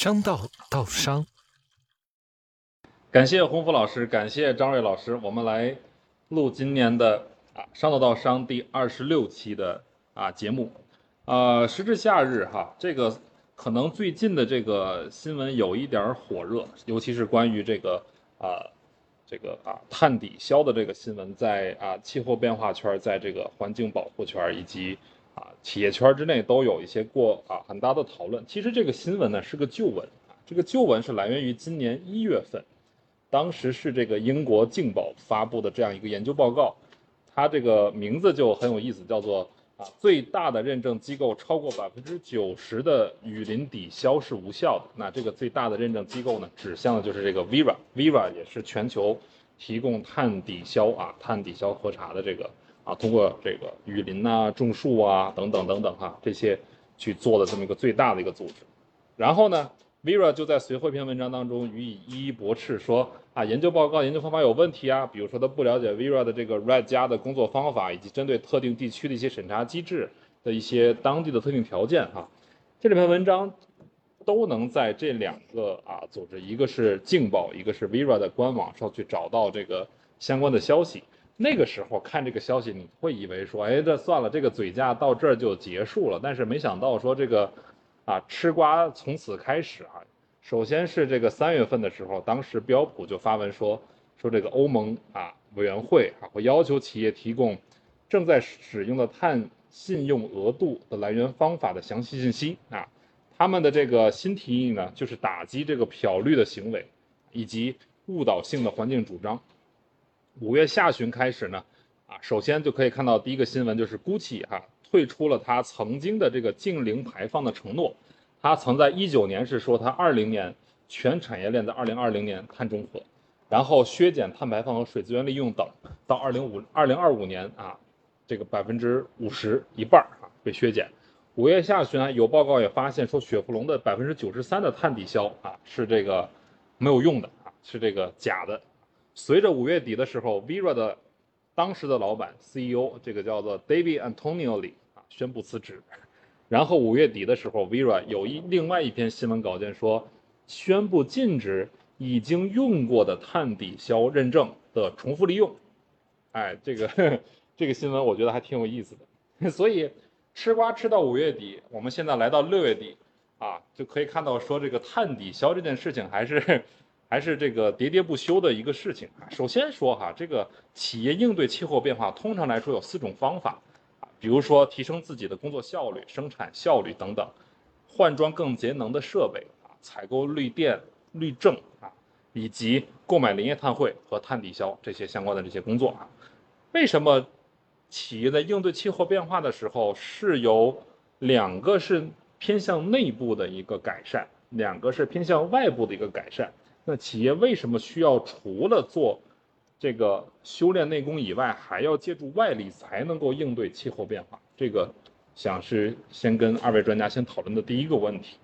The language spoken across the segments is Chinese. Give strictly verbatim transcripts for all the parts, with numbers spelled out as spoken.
商道道商。 感谢洪福老师，感谢张瑞老师，我们来录今年的啊商道道商第二十六期的啊节目。呃，时至夏日哈，这个可能最近的这个新闻有一点火热，尤其是关于这个啊这个啊碳抵消的这个新闻，在啊气候变化圈，在这个环境保护圈以及啊企业圈之内都有一些过啊很大的讨论。其实这个新闻呢是个旧闻啊，这个旧闻是来源于今年一月份。当时是这个英国镜保发布的这样一个研究报告，它这个名字就很有意思，叫做啊最大的认证机构超过百分之九十的雨林抵消是无效的。那这个最大的认证机构呢，指向的就是这个 Verra，Verra 也是全球提供碳抵消啊碳抵消核查的这个啊通过这个雨林啊种树啊等等等等哈、啊、这些去做的这么一个最大的一个组织。然后呢，Verra 就在随后一篇文章当中予以一一驳斥，说啊，研究报告、研究方法有问题啊，比如说他不了解 Verra 的这个 R E D 加的工作方法，以及针对特定地区的一些审查机制的一些当地的特定条件哈。这里篇文章都能在这两个啊组织，一个是镜保，一个是 Verra 的官网上去找到这个相关的消息。那个时候看这个消息，你会以为说，哎，这算了，这个嘴架到这儿就结束了。但是没想到说这个。啊，吃瓜从此开始啊！首先是这个三月份的时候，当时标普就发文说，说这个欧盟啊委员会啊会要求企业提供正在使用的碳信用额度的来源方法的详细信息啊。他们的这个新提议呢，就是打击这个漂绿的行为以及误导性的环境主张。五月下旬开始呢，啊，首先就可以看到第一个新闻就是 Gucci 哈、啊、退出了他曾经的这个净零排放的承诺。他曾在一九年是说他二零年全产业链在二零二零年碳中和，然后削减碳排放和水资源利用等，到二零五二零二五年啊，这个百分之五十一半啊被削减。五月下旬啊，有报告也发现说雪佛龙的百分之九十三的碳抵消啊是这个没有用的啊，是这个假的。随着五月底的时候 ，Verra 的当时的老板 C E O 这个叫做 David Antonioli 啊宣布辞职。然后五月底的时候 ，Verra 有一另外一篇新闻稿件说，宣布禁止已经用过的碳抵消认证的重复利用。哎，这个呵呵这个新闻我觉得还挺有意思的。所以吃瓜吃到五月底，我们现在来到六月底啊，就可以看到说这个碳抵消这件事情还是还是这个喋喋不休的一个事情。首先说哈，这个企业应对气候变化，通常来说有四种方法。比如说提升自己的工作效率、生产效率等等，换装更节能的设备啊，采购绿电、绿证啊，以及购买林业碳汇和碳抵消这些相关的这些工作啊。为什么企业在应对气候变化的时候是由两个是偏向内部的一个改善，两个是偏向外部的一个改善？那企业为什么需要除了做这个修炼内功以外，还要借助外力才能够应对气候变化？这个想是先跟二位专家先讨论的第一个问题。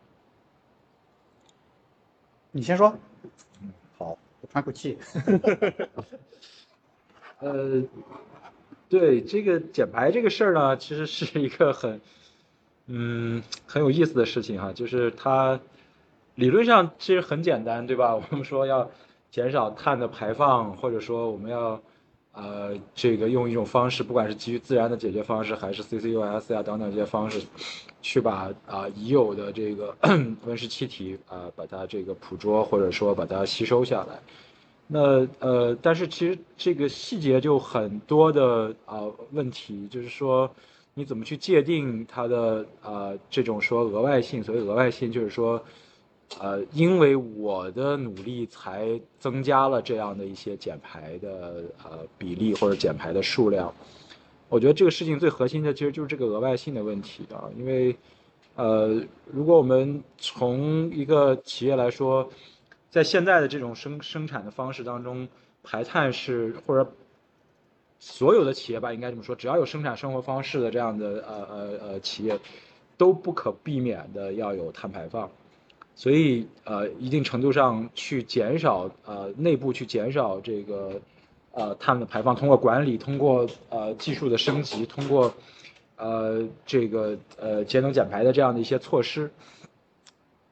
你先说。嗯，好，我喘口气。呃，对这个减排这个事儿呢，其实是一个很，嗯，很有意思的事情哈，就是它理论上其实很简单，对吧？我们说要减少碳的排放，或者说我们要呃这个用一种方式，不管是基于自然的解决方式，还是 C C U S 啊等等这些方式，去把啊已有的这个温室气体啊把它这个捕捉或者说把它吸收下来。那呃，但是其实这个细节就很多的啊、呃、问题，就是说你怎么去界定它的啊、呃、这种说额外性？所谓额外性，就是说，呃，因为我的努力才增加了这样的一些减排的呃比例或者减排的数量。我觉得这个事情最核心的其实就是这个额外性的问题啊，因为呃，如果我们从一个企业来说，在现在的这种生生产的方式当中，排碳是或者所有的企业吧，应该这么说，只要有生产生活方式的这样的呃呃呃企业，都不可避免的要有碳排放，所以呃一定程度上去减少呃内部去减少这个呃碳的排放，通过管理，通过呃技术的升级，通过呃这个呃节能减排的这样的一些措施。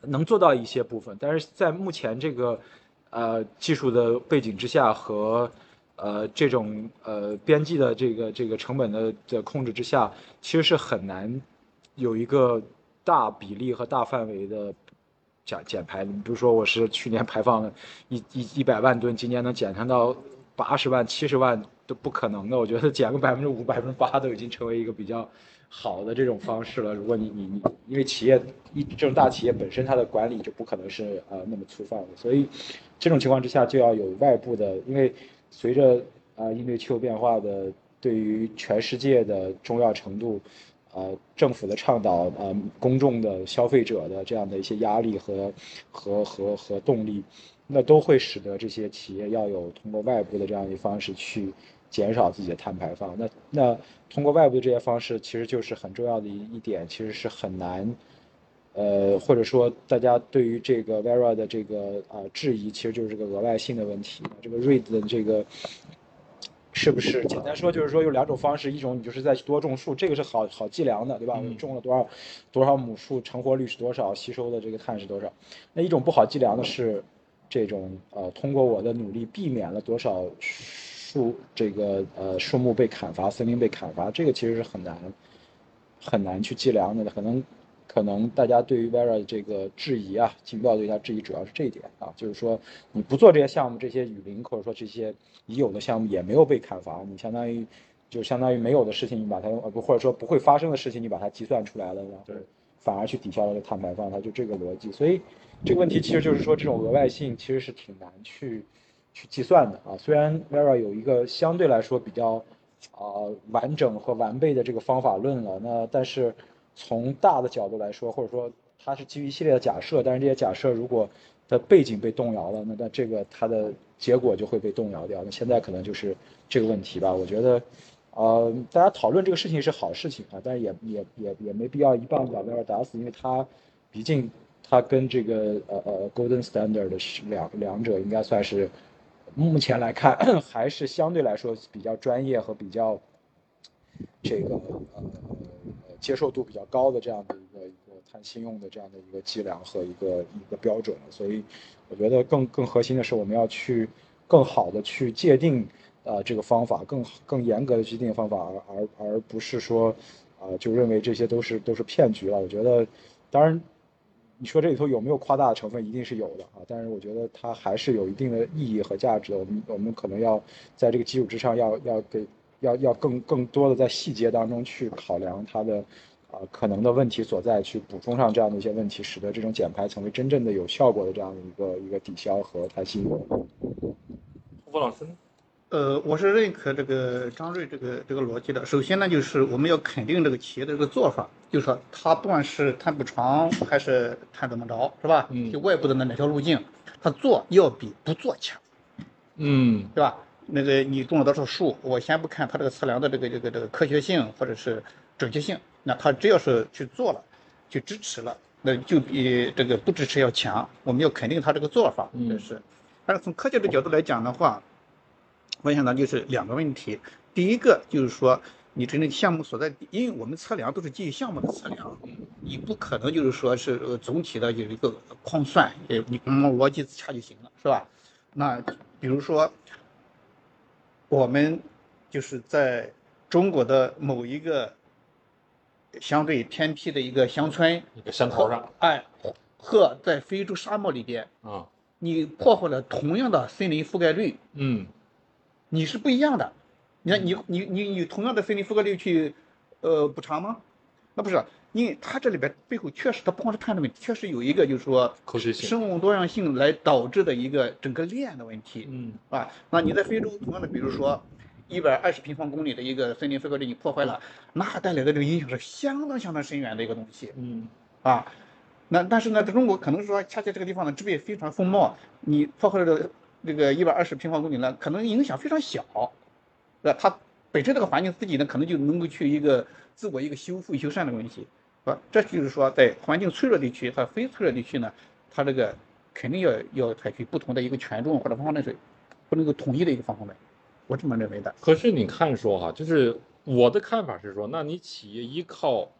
能做到一些部分，但是在目前这个呃技术的背景之下和呃这种呃边际的这个这个成本的的控制之下，其实是很难有一个大比例和大范围的减减排。你比如说，我是去年排放了一一一百万吨，今年能减产到八十万、七十万都不可能的。我觉得减个百分之五、百分之八都已经成为一个比较好的这种方式了。如果你你你，因为企业一这种大企业本身它的管理就不可能是呃那么粗放的，所以这种情况之下就要有外部的，因为随着啊应对气候变化的对于全世界的重要程度。呃，政府的倡导，呃，公众的、消费者的这样的一些压力和和和和动力，那都会使得这些企业要有通过外部的这样一方式去减少自己的碳排放。那那通过外部的这些方式，其实就是很重要的一一点，其实是很难，呃，或者说大家对于这个 Vera 的这个啊、呃、质疑，其实就是这个额外性的问题。这个 RED 的这个。是不是简单说就是说有两种方式，一种你就是在多种树，这个是好好计量的，对吧？我种了多少多少亩树，成活率是多少，吸收的这个碳是多少。那一种不好计量的是这种呃，通过我的努力避免了多少树这个呃树木被砍伐，森林被砍伐，这个其实是很难很难去计量的，可能。可能大家对于 Vera 的这个质疑啊，情报对它质疑主要是这一点啊，就是说你不做这些项目，这些雨林或者说这些已有的项目也没有被砍伐，你相当于就相当于没有的事情，你把它呃不或者说不会发生的事情，你把它计算出来了，然后反而去抵消了这碳排放，它就这个逻辑。所以这个问题其实就是说这种额外性其实是挺难去去计算的啊。虽然 Vera 有一个相对来说比较啊、呃、完整和完备的这个方法论了，那但是。从大的角度来说，或者说它是基于一系列的假设，但是这些假设如果的背景被动摇了，那那这个它的结果就会被动摇掉。那现在可能就是这个问题吧。我觉得，呃，大家讨论这个事情是好事情啊，但是也也也也没必要一棒子把 Vera 打死，因为它毕竟它跟这个呃呃 Golden Standard 是两两者应该算是目前来看还是相对来说比较专业和比较这个呃。接受度比较高的这样的一个一个碳信用的这样的一个计量和一个一个标准，所以我觉得更更核心的是我们要去更好的去界定呃这个方法，更更严格的界定方法，而而而不是说啊、呃、就认为这些都是都是骗局了。我觉得，当然你说这里头有没有夸大的成分，一定是有的啊，但是我觉得它还是有一定的意义和价值的。我们我们可能要在这个基础之上要要给。要要更更多的在细节当中去考量它的啊、呃、可能的问题所在，去补充上这样的一些问题，使得这种减排成为真正的有效果的这样的一个一个抵消和碳信用。 胡老师呢？ 呃，我是认可这个张瑞这个这个逻辑的。首先呢，就是我们要肯定这个企业的这个做法，就是说它不管是碳不长还是碳怎么着，是吧？ 嗯， 就外部的那哪条路径，它做要比不做强， 嗯， 对吧？那个你种了多少树，我先不看它这个测量的这个这个这个科学性或者是准确性，那它只要是去做了，去支持了，那就比这个不支持要强。我们要肯定它这个做法，这是。但是从科学的角度来讲的话，我想呢就是两个问题。第一个就是说，你真正项目所在地，因为我们测量都是基于项目的测量，你不可能就是说是呃总体的有一个框算，也你嗯逻辑自洽就行了，是吧？那比如说，我们就是在中国的某一个相对偏僻的一个乡村， 一个山头上， 哎，和在非洲沙漠里边啊， 你破坏了同样的森林覆盖率， 嗯， 你是不一样的。你看，你你你你同样的森林覆盖率去呃补偿吗？那不是，因为它这里边背后确实，它不光是碳的问题，确实有一个就是说科学性生物多样性来导致的一个整个链的问题， 嗯， 啊，那你在非洲同样的，比如说一百二十平方公里的一个森林覆盖率你破坏了，那带来的这个影响是相当相当深远的一个东西， 嗯， 啊，那但是呢，在中国可能说恰恰这个地方呢植被非常丰茂，你破坏了这个一百二十平方公里呢，可能影响非常小，对吧？它本身这个环境自己呢，可能就能够去一个自我一个修复修缮的问题，是吧？这就是说，在环境脆弱地区和非脆弱地区呢，它这个肯定要要采取不同的一个权重或者方法论，是不能够统一的一个方法论，我这么认为的。 可是你看说哈，就是我的看法是说，那你企业依靠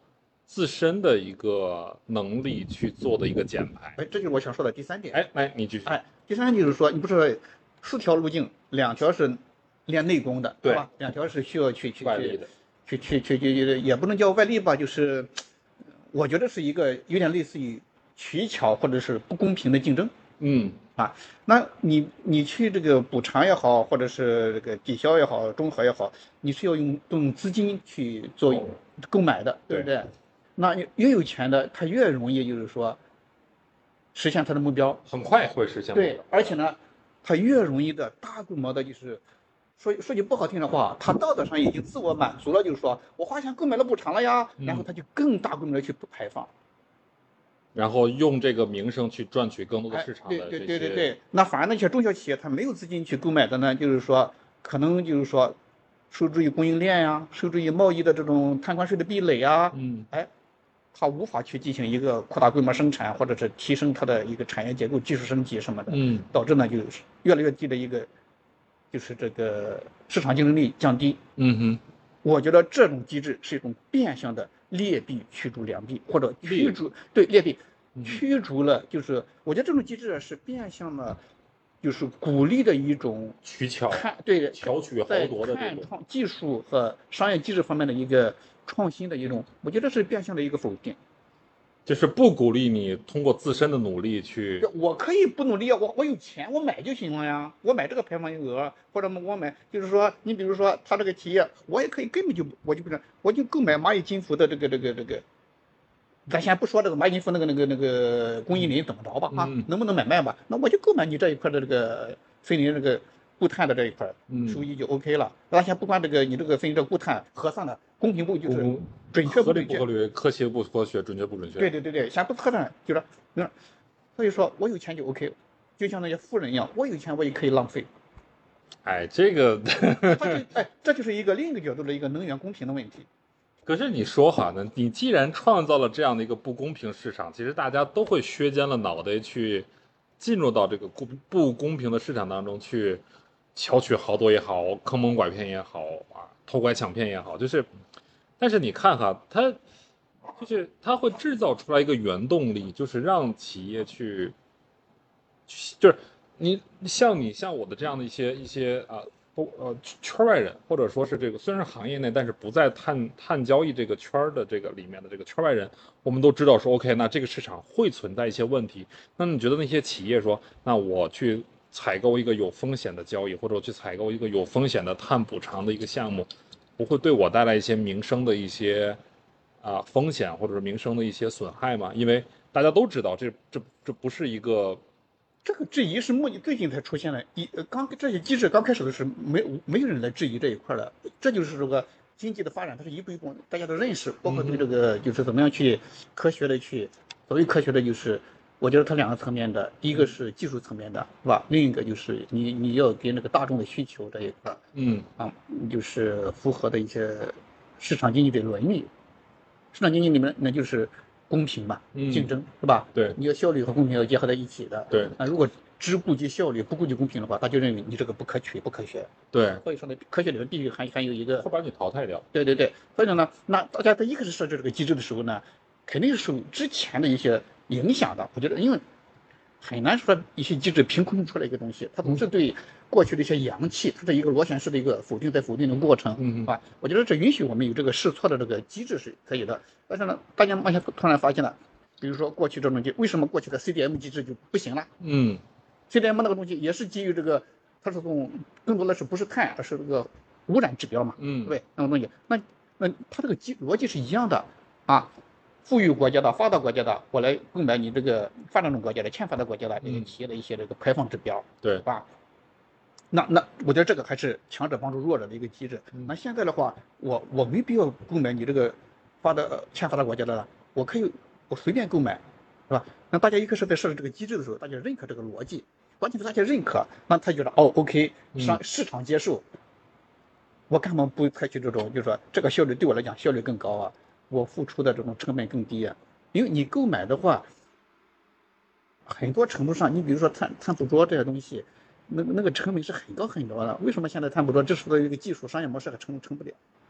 自身的一个能力去做的一个减排。 哎，这就是我想说的第三点。 哎，来你继续。 哎，第三点就是说，你不是四条路径，两条是练内功的， 对吧？两条是需要去去外力的， 去去去去，也不能叫外力吧，就是我觉得是一个有点类似于取巧或者是不公平的竞争。 嗯啊，那你你去这个补偿也好，或者是这个抵消也好，中和也好，你是要用用资金去做购买的，对不对？那越有钱的，他越容易就是说实现他的目标， 很快会实现目标。 对，而且呢，他越容易的大规模的，就是说说句不好听的话，他道德上已经自我满足了，就是说我花钱购买了补偿了呀，然后他就更大规模的去不排放。 然后用这个名声去赚取更多的市场的这些、 哎、对对对对对，那反而那些中小企业，它没有资金去购买的呢，就是说可能就是说受制于供应链呀，受制于贸易的这种碳关税的壁垒啊， 嗯， 哎，它无法去进行一个扩大规模生产，或者是提升它的一个产业结构、技术升级什么的， 嗯， 导致呢就是越来越低的一个，就是这个市场竞争力降低。 嗯哼， 我觉得这种机制是一种变相的劣币驱逐良币，或者驱逐对劣币。驱逐了，就是我觉得这种机制是变相的，就是鼓励的一种取巧， 看对巧取豪夺的这种技术和商业机制方面的一个创新的一种，我觉得是变相的一个否定， 就是不鼓励你通过自身的努力去。 我可以不努力啊，我我有钱我买就行了呀，我买这个排放营额，或者我买就是说，你比如说他这个企业，我也可以根本就我就不是我就购买蚂蚁金服的这个这个这个。咱先不说这个蚂蚁金服那个那个那个供应链怎么着吧，啊， 嗯、 能不能买卖吧？那我就购买你这一块的这个非宁这个固碳的这一块，收益就 OK 了。咱先不管这个你这个非宁这个固碳核算的公平不就是准确不准确？ 合理不合理？科学不科学？准确不准确？ 对对对对，先不核算，就是，嗯，所以说我有钱就 OK， 就像那些富人一样，我有钱我也可以浪费。 哎，这个， 就哎，这就是一个另一个角度的一个能源公平的问题。 可是你说哈呢，你既然创造了这样的一个不公平市场，其实大家都会削尖了脑袋去进入到这个不不公平的市场当中去，巧取豪夺也好，坑蒙拐骗也好啊，偷拐抢骗也好，就是，但是你看哈，它就是它会制造出来一个原动力，就是让企业去，就是你像你像我的这样的一些一些啊。不呃，圈外人或者说是这个虽然是行业内，但是不在碳碳交易这个圈的这个里面的这个圈外人，我们都知道说 OK， 那这个市场会存在一些问题。那你觉得那些企业说，那我去采购一个有风险的交易，或者去采购一个有风险的碳补偿的一个项目，不会对我带来一些民生的一些啊、呃、风险，或者是民生的一些损害吗？因为大家都知道这这这不是一个。 这个质疑是目最近才出现的，一刚这些机制刚开始的时候没没有人来质疑这一块的，这就是这个经济的发展，它是一步一步大家的认识，包括对这个就是怎么样去科学的去，所谓科学的就是，我觉得它两个层面的，一个是技术层面的，是吧？另一个就是你你要给那个大众的需求这一块， 嗯啊，就是符合的一些市场经济的伦理，市场经济里面那就是。公平嘛，竞争、嗯、是吧？ 对， 你要效率和公平要结合在一起的。 对， 啊，如果只顾及效率，不顾及公平的话，他就认为你这个不可取、不科学。 对， 所以说呢，科学里面必须还还有一个会把你淘汰掉。 对对对，所以说呢，那大家在一开始设置这个机制的时候呢，肯定是受之前的一些影响的。我觉得，因为很难说一些机制凭空出来一个东西，它总是对过去的一些阳气，它是一个螺旋式的一个否定再否定的过程， 嗯啊，我觉得这允许我们有这个试错的这个机制是可以的。但是呢，大家慢慢突然发现了。比如说过去这种机，为什么过去的 C D M 机制就不行了？ 嗯 ，C D M 那个东西也是基于这个，它是从更多的是不是碳，而是这个污染指标嘛， 嗯， 对不对？那种东西，那那它这个基逻辑是一样的啊。富裕国家的、发达国家的，我来购买你这个发展中国家的、欠发达国家的这些企业的一些这个排放指标， 对吧？那那我觉得这个还是强者帮助弱者的一个机制。 嗯、 那现在的话，我我没必要购买你这个发达欠发达国家的了，我可以。我随便购买，是吧？那大家一开始在设置这个机制的时候，大家认可这个逻辑，关键是大家认可，那他觉得哦 ，OK， 市市场接受，我干嘛不采取这种，就是说这个效率对我来讲效率更高啊，我付出的这种成本更低啊？因为你购买的话，很多程度上，你比如说碳碳捕捉这些东西，那那个成本是很高很高的。为什么现在碳捕捉这是的一个技术商业模式还成成不了？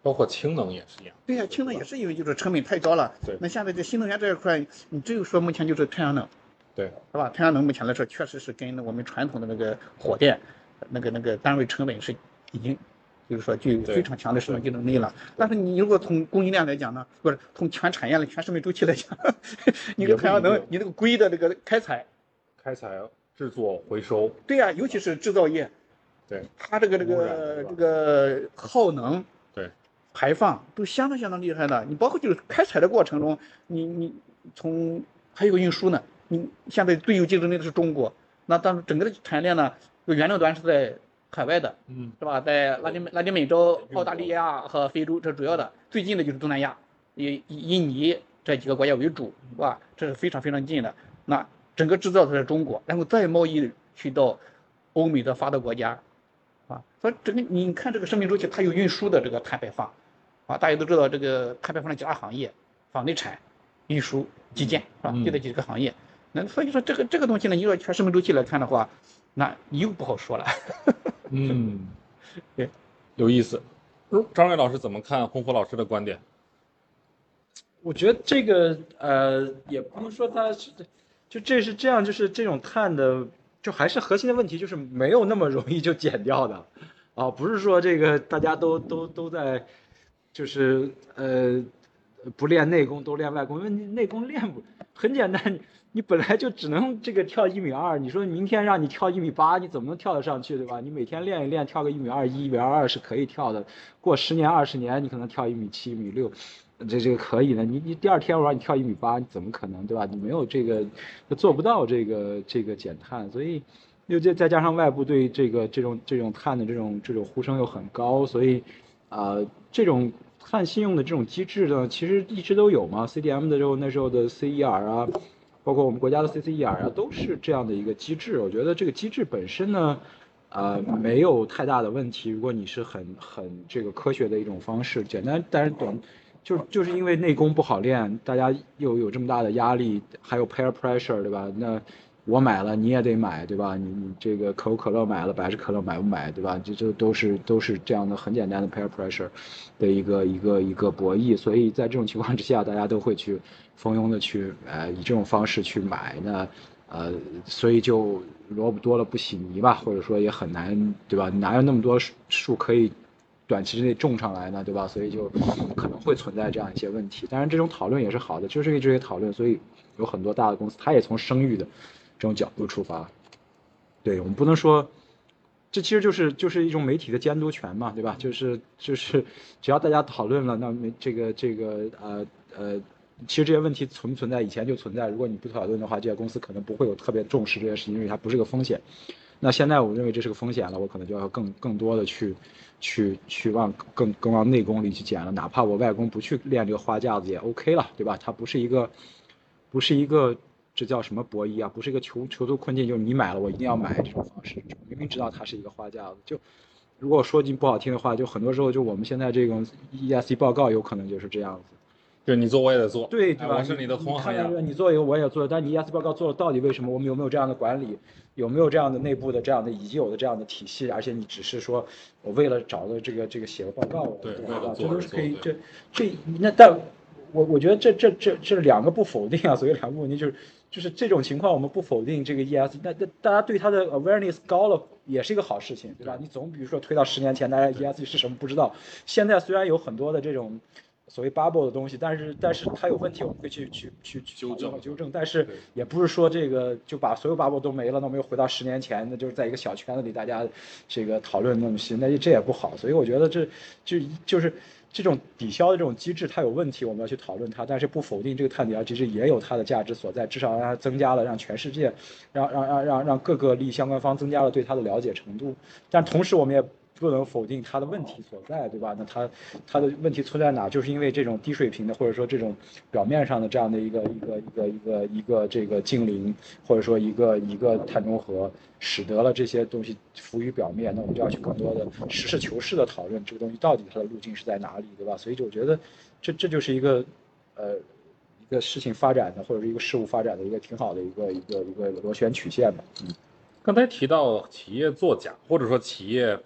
包括氢能也是一样。 对呀、啊，氢能也是因为就是成本太高了。 对。 那现在这新能源这一块，你只有说目前就是太阳能。 对。 是吧？太阳能目前来说，确实是跟我们传统的那个火电，那个那个单位成本是已经，就是说具有非常强的市场竞争力了。但是你如果从供应链来讲呢，不是从全产业的全生命周期来讲，你这个太阳能，你那个硅的这个开采、 开采、制作、回收。 对呀、啊，尤其是制造业。 对。 它这个这个这个耗能。 对。 排放都相当相当厉害的。你包括就是开采的过程中，你你从还有运输呢。你现在最有竞争力的是中国，那当整个的产业链呢，原料端是在海外的， 嗯， 是吧？在拉丁拉丁美洲、澳大利亚和非洲，这主要的，最近的就是东南亚，以印尼这几个国家为主，是吧？这是非常非常近的。那整个制造在中国，然后再贸易去到欧美的发达国家，啊，所以整个你看这个生命周期，它有运输的这个碳排放，啊，大家都知道这个碳排放的几大行业，房地产、运输、基建，是吧？就这几个行业。那所以说这个这个东西呢，你要全生命周期来看的话，那又不好说了。 嗯， 对， 有意思。张瑞老师怎么看洪福老师的观点？ 我觉得这个呃，也不能说它是，就这是这样，就是这种碳的，就还是核心的问题，就是没有那么容易就减掉的，啊，不是说这个大家都都都在，就是呃，不练内功都练外功，因为你内功练不很简单。你本来就只能这个跳一米二，你说明天让你跳一米八，你怎么能跳得上去，对吧？你每天练一练，跳个一米二一、一米二二是可以跳的。过十年、二十年，你可能跳一米七、一米六，这这个可以的。你你第二天我让你跳一米八，你怎么可能，对吧？你没有这个，做不到这个这个减碳，所以又再再加上外部对这个这种这种碳的这种这种呼声又很高，所以啊、呃，这种碳信用的这种机制呢，其实一直都有嘛。C D M 的时候，那时候的 C E R 啊。包括我们国家的 C C E R 啊，都是这样的一个机制。我觉得这个机制本身呢，呃，没有太大的问题。如果你是很很这个科学的一种方式，简单但是短，就就是因为内功不好练，大家又有这么大的压力，还有 peer pressure， 对吧？那我买了你也得买，对吧？你你这个可口可乐买了，百事可乐买不买，对吧？这这都是都是这样的很简单的 peer pressure 的一个一个一个博弈。所以在这种情况之下，大家都会去蜂拥的去呃以这种方式去买，那呃所以就萝卜多了不洗泥吧，或者说也很难，对吧？哪有那么多树可以短期之内种上来呢，对吧？所以就可能会存在这样一些问题。当然，这种讨论也是好的，就是因为这些讨论，所以有很多大的公司，它也从声誉的这种角度出发。对，我们不能说，这其实就是就是一种媒体的监督权嘛，对吧？就是就是只要大家讨论了，那没这个这个呃呃。其实这些问题存不存在，以前就存在。如果你不讨论的话，这些公司可能不会有特别重视这件事情，因为它不是个风险。那现在我认为这是个风险了，我可能就要更更多的去去去往更更往内功里去减了，哪怕我外功不去练这个花架子也 OK 了，对吧？它不是一个不是一个这叫什么博弈啊？不是一个囚囚徒困境，就是你买了我一定要买这种方式，明明知道它是一个花架子，就如果说句不好听的话，就很多时候就我们现在这种 E S G 报告有可能就是这样子。 对，你做我也得做， 对对吧？ 我是你的同行呀。 你做一个我也做，但你 E S G 报告做了，到底为什么？我们有没有这样的管理？有没有这样的内部的这样的已经有的这样的体系？而且你只是说我为了找到这个这个写个报告， 对， 这都是可以。这这那但我我觉得这这这这两个不否定啊，所以两个问题就是就是这种情况我们不否定这个 E S G， 那那大家对它的 awareness 高了也是一个好事情，对吧？你总比如说推到十年前，大家 E S G 是什么不知道，现在虽然有很多的这种。所谓 bubble 的东西，但是但是它有问题，我们会去去去去纠正纠正，但是也不是说这个就把所有 bubble 都没了，那我们又回到十年前，那就是在一个小圈子里大家这个讨论东西，那这也不好，所以我觉得这就就是这种抵消的这种机制它有问题，我们要去讨论它，但是不否定这个碳抵消机制也有它的价值所在，至少让它增加了，让全世界，让让让让让各个利益相关方增加了对它的了解程度，但同时我们也。不能否定它的问题所在，对吧？那它它的问题存在哪？就是因为这种低水平的，或者说这种表面上的这样的一个一个一个一个一个这个净零，或者说一个一个碳中和，使得了这些东西浮于表面。那我们就要去更多的实事求是的讨论这个东西到底它的路径是在哪里，对吧？所以就我觉得这这就是一个呃一个事情发展的，或者是一个事物发展的一个挺好的一个一个一个螺旋曲线吧。嗯， 刚才提到企业作假，或者说企业。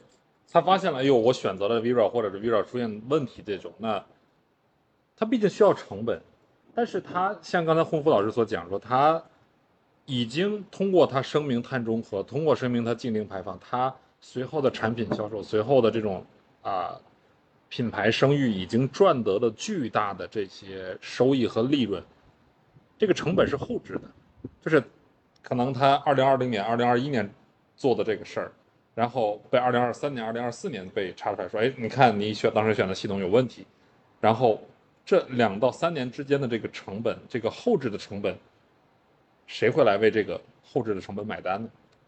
他发现了，哎呦，我选择了 Vira 或者是 Vira 出现问题这种，那他毕竟需要成本，但是他像刚才洪福老师所讲说，他已经通过他声明碳中和，通过声明他净零排放，他随后的产品销售，随后的这种啊、品牌声誉已经赚得了巨大的这些收益和利润，这个成本是后置的，就是可能他二零二零年、二零二一年做的这个事儿，然后被二零二三年、二零二四年被查出来说，哎，你看你选当时选的系统有问题，然后这两到三年之间的这个成本，这个后置的成本，谁会来为这个后置的成本买单呢？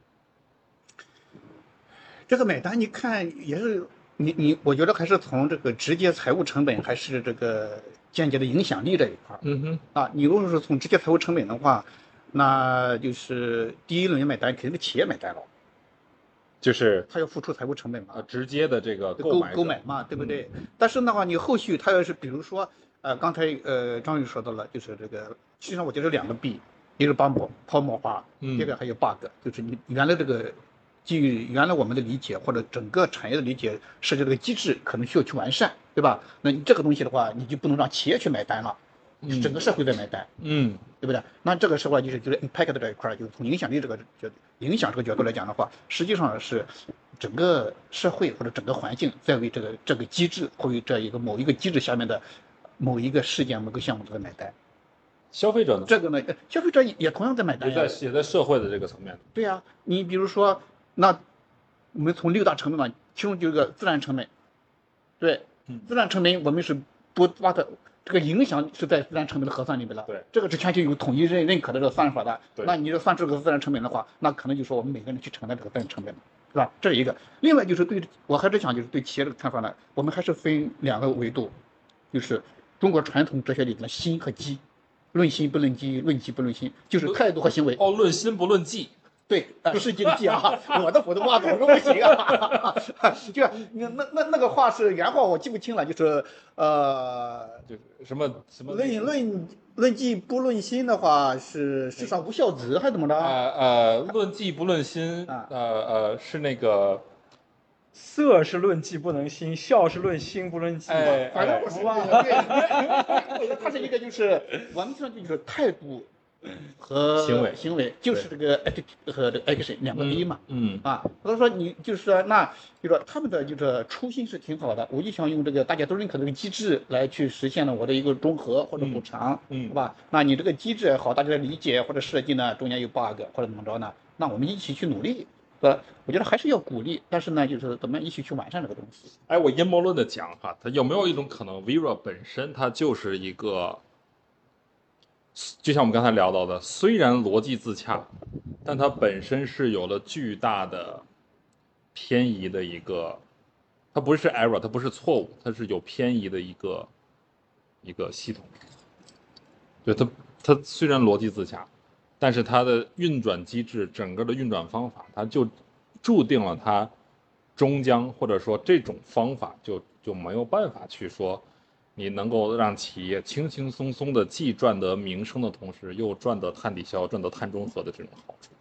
这个买单，你看也是你你，我觉得还是从这个直接财务成本，还是这个间接的影响力这一块儿。 嗯哼， 啊，你如果是从直接财务成本的话，那就是第一轮买单肯定是企业买单了， 就是他要付出财务成本嘛呃，直接的这个购买者购买嘛，对不对？但是的话，你后续他要是比如说，呃，刚才呃张宇说到了，就是这个，实际上我觉得两个弊，一个是泡沫泡沫化， 嗯第二个还有 bug，就是你原来这个基于原来我们的理解或者整个产业的理解设计这个机制可能需要去完善，对吧？那你这个东西的话，你就不能让企业去买单了，是整个社会在买单。 嗯对不对？那这个时候就是就是 impact 这一块，就是从影响力这个角影响这个角度来讲的话，实际上是整个社会或者整个环境在为这个这个机制或为这一个某一个机制下面的某一个事件、某个项目在买单。 消费者呢？ 这个呢，呃消费者也同样在买单也呀。 在也在社会的这个层面。 对呀，你比如说，那我们从六大成本嘛，其中就有个自然成本，对，自然成本我们是不把它。这个影响是在自然成本的核算里面了， 对， 这个是全球有统一认认可的这个算法的。 对， 那你就算这个自然成本的话，那可能就说我们每个人去承担这个自然成本，是吧？这是一个。另外就是对我还是想就是对企业这个看法呢，我们还是分两个维度，就是中国传统哲学里的心和机，论心不论机，论机不论心，就是态度和行为。 哦，论心不论迹。 对，呃，是经济啊，我的普通话总是不行啊。就那那那那个话是原话，我记不清了，就是呃， 就是什么什么论论论迹不论心的话，是世上无孝子还是怎么着？ 呃呃，论迹不论心， 啊呃呃，是那个色是论迹不能心，孝是论心不论迹。 哎， 反正我是对，我觉得它是一个就是我们说就是态度。和行为行为就是这个 attitude 和这个 action 两个 A 嘛， 嗯啊，所以说你就是说那，就说他们的就是初心是挺好的，我就想用这个大家都认可的这个机制来去实现了我的一个中和或者补偿， 嗯， 是吧？那你这个机制好，大家的理解或者设计呢，中间有 bug 或者怎么着呢？那我们一起去努力，呃，我觉得还是要鼓励，但是呢，就是怎么一起去完善这个东西。 哎，我阴谋论的讲哈，它有没有一种可能 ，Vira 本身它就是一个。就像我们刚才聊到的，虽然逻辑自洽，但它本身是有了巨大的偏移的一个，它不是 error， 它不是错误，它是有偏移的一个一个系统。对它，它虽然逻辑自洽，但是它的运转机制，整个的运转方法，它就注定了它终将或者说这种方法就就没有办法去说。你能够让企业轻轻松松的既赚得名声的同时，又赚得碳抵消、赚得碳中和的这种好处。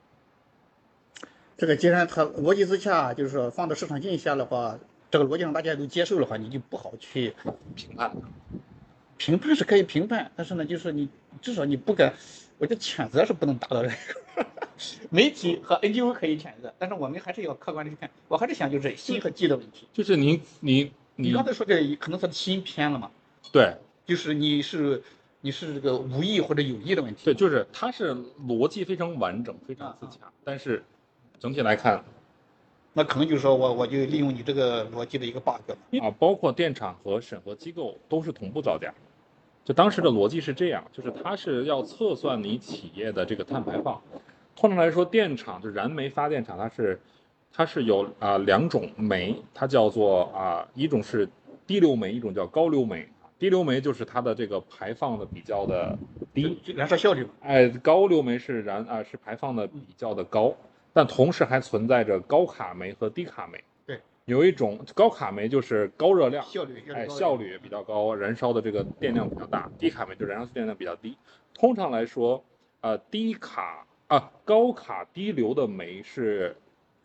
这个既然它逻辑自洽，就是说放到市场经济下的话，这个逻辑上大家都接受的话，你就不好去评判。 评判是可以评判，但是呢，就是你至少你不敢，我觉得谴责是不能达到这个。媒体和 N G O 可以谴责，但是我们还是要客观的去看。我还是想就是心和机的问题。 就是你你。 你刚才说这可能他的心偏了嘛？ 对， 就是你是你是这个无意或者有意的问题。 对，就是它是逻辑非常完整、非常自洽，啊、但是整体来看， 那可能就是说我我就利用你这个逻辑的一个 bug 啊，包括电厂和审核机构都是同步造假。就当时的逻辑是这样，就是它是要测算你企业的这个碳排放。通常来说，电厂就燃煤发电厂，它是。它是有啊、呃、两种煤，它叫做啊、呃、一种是低硫煤，一种叫高硫煤。低硫煤就是它的这个排放的比较的低， 燃烧效率。 哎，高硫煤是燃啊、呃、是排放的比较的高，但同时还存在着高卡煤和低卡煤。 对， 有一种高卡煤就是高热量， 效率哎效率比较高，燃烧的这个电量比较大；低卡煤就燃烧电量比较低。通常来说，呃低卡啊高卡低硫的煤是。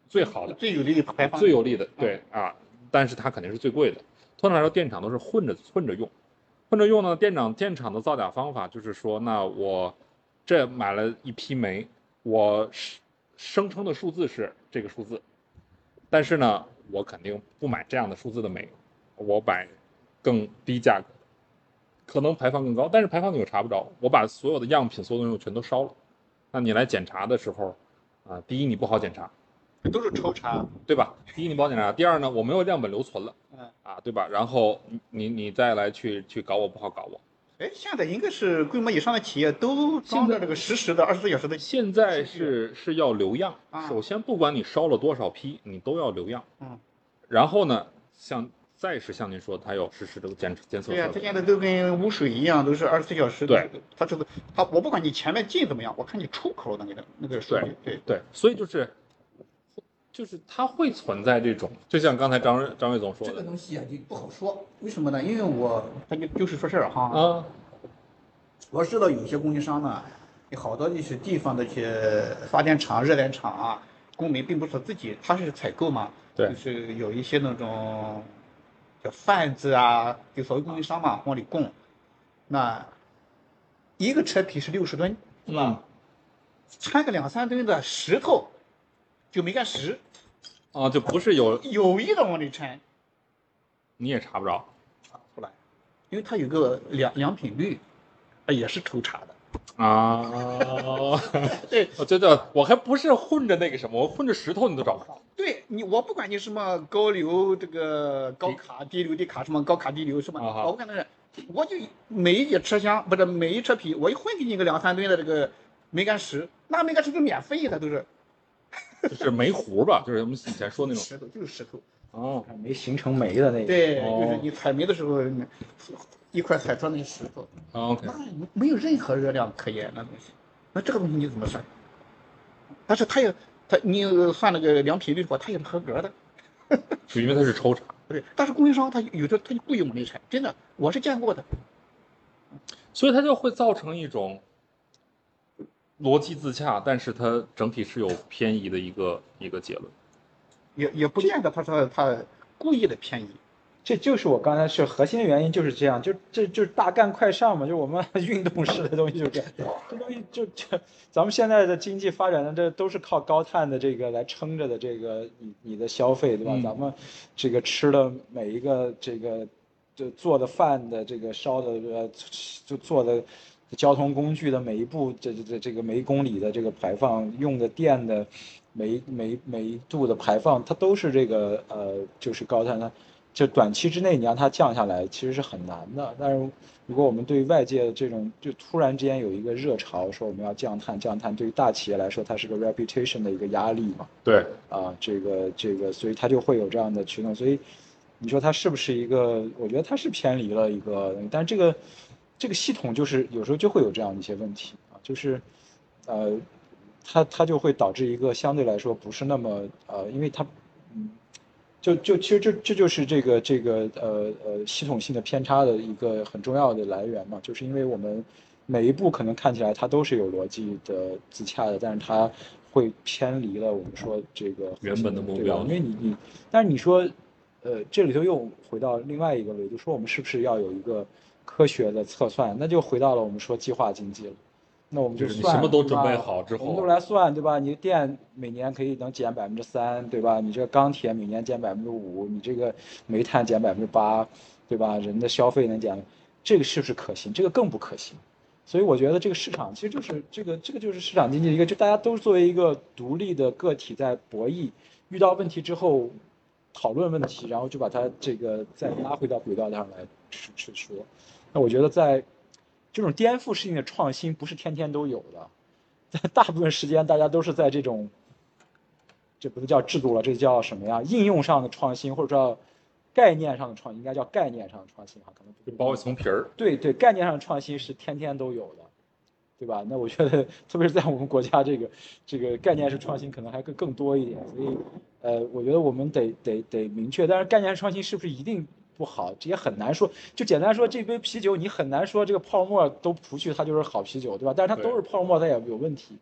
最好的、 最有利于排放、 最有利的，对啊，但是它肯定是最贵的。通常来说，电厂都是混着混着用，混着用呢，电厂电厂的造假方法就是说，那我这买了一批煤，我声称的数字是这个数字，但是呢，我肯定不买这样的数字的煤，我买更低价格，可能排放更高，但是排放你又查不着。我把所有的样品、所有东西全都烧了，那你来检查的时候，啊，第一你不好检查， 都是抽查， 对吧？第一你不好检查，第二呢，我没有样本留存了， 嗯啊，对吧？然后你你你再来去去搞我，不好搞我。 哎，现在应该是规模以上的企业都装着这个实时的二十四小时的。 现在是是要留样， 啊首先不管你烧了多少批，你都要留样。 嗯， 然后呢，像再是像您说，它有实时这个监监测对呀、 设备。 它现在都跟污水一样，都是二十四小时的。 对， 它这个它我不管你前面进怎么样，我看你出口的那个那个数据。对对，所以就是就是它会存在这种，就像刚才张瑞张瑞总说这个的东西啊就不好说，为什么呢？因为我他就就是说事儿哈。 啊， 我知道有些供应商呢，有好多就是地方的一些发电厂、热电厂啊，工煤并不是自己，他是采购嘛， 对就是有一些那种叫贩子啊，就所谓供应商嘛，往里供。那一个车皮是六十吨，是吧？ 嗯掺个两三吨的石头，就煤干石， 啊，就不是有有意的往里掺， 你也查不着查不出来，因为它有个良良品率，它也是抽查的。 啊。 对， 我觉得我还不是混着那个什么，我混着石头你都找不着。 对你，我不管你什么高流这个高卡、低流低卡，什么高卡低流什么， 啊哈我不管那是，我就每一节车厢不是每一车皮，我一混给你个两三吨的这个煤干石，那煤干石是免费的，都是就是煤糊吧，就是我们以前说那种。 石头，就是石头。 哦， 没形成煤的那个。 对， 哦就是你采煤的时候，一块采出那个石头， 啊，OK， 那没有任何热量可言那东西，那这个东西你怎么算？但是它也，它你算那个良品率的话，它也是合格的。 就因为它是抽查。 对，但是供应商他有的他就故意往里掺，真的我是见过的。 所以它就会造成一种逻辑自洽，但是它整体是有偏移的一个一个结论。 也也不见得他说他故意的偏移。 这就是我刚才是核心的原因，就是这样，就这就是大干快上嘛，就我们运动式的东西就是这样，这东西就这，咱们现在的经济发展的这都是靠高碳的这个来撑着的，这个你你的消费对吧？ 嗯咱们这个吃的每一个这个就做的饭的这个烧的呃就做的交通工具的每一步这这这这个每一公里的这个排放，用的电的每每每一度的排放，它都是这个呃就是高碳的。就短期之内你让它降下来，其实是很难的。但是如果我们对外界的这种就突然之间有一个热潮，说我们要降碳降碳，对于大企业来说，它是个 reputation 的一个压力嘛。 对啊，这个这个，所以它就会有这样的驱动。所以你说它是不是一个？我觉得它是偏离了一个，但是这个这个系统就是有时候就会有这样的一些问题啊，就是呃，它它就会导致一个相对来说不是那么呃，因为它嗯。就就其实这这就是这个这个呃呃系统性的偏差的一个很重要的来源嘛，就是因为我们每一步可能看起来它都是有逻辑的自洽的，但是它会偏离了我们说这个原本的目标， 因为你你，但是你说，呃，这里头又回到另外一个维度，说我们是不是要有一个科学的测算，那就回到了我们说计划经济了。那我们就算， 你什么都准备好之后， 我们都来算，对吧？你电每年可以能减百分之三，对吧？你这个钢铁每年减百分之五，你这个煤炭减百分之八，对吧？人的消费能减，这个是不是可行？这个更不可行。所以我觉得这个市场其实就是这个这个就是市场经济一个，就大家都作为一个独立的个体在博弈，遇到问题之后讨论问题，然后就把它这个再拉回到轨道上来去去说。那我觉得在这种颠覆性的创新不是天天都有的，在大部分时间大家都是在这种，这不是叫制度了，这叫什么呀？应用上的创新，或者叫概念上的创新，应该叫概念上的创新哈，可能就包一层皮儿。 对对，概念上的创新是天天都有的，对吧？那我觉得，特别是在我们国家，这个这个概念式创新可能还更更多一点，所以，呃，我觉得我们得得得明确，但是概念式创新是不是一定不好，这也很难说。就简单说，这杯啤酒你很难说这个泡沫都除去它就是好啤酒，对吧？但是它都是泡沫，它也有问题。 对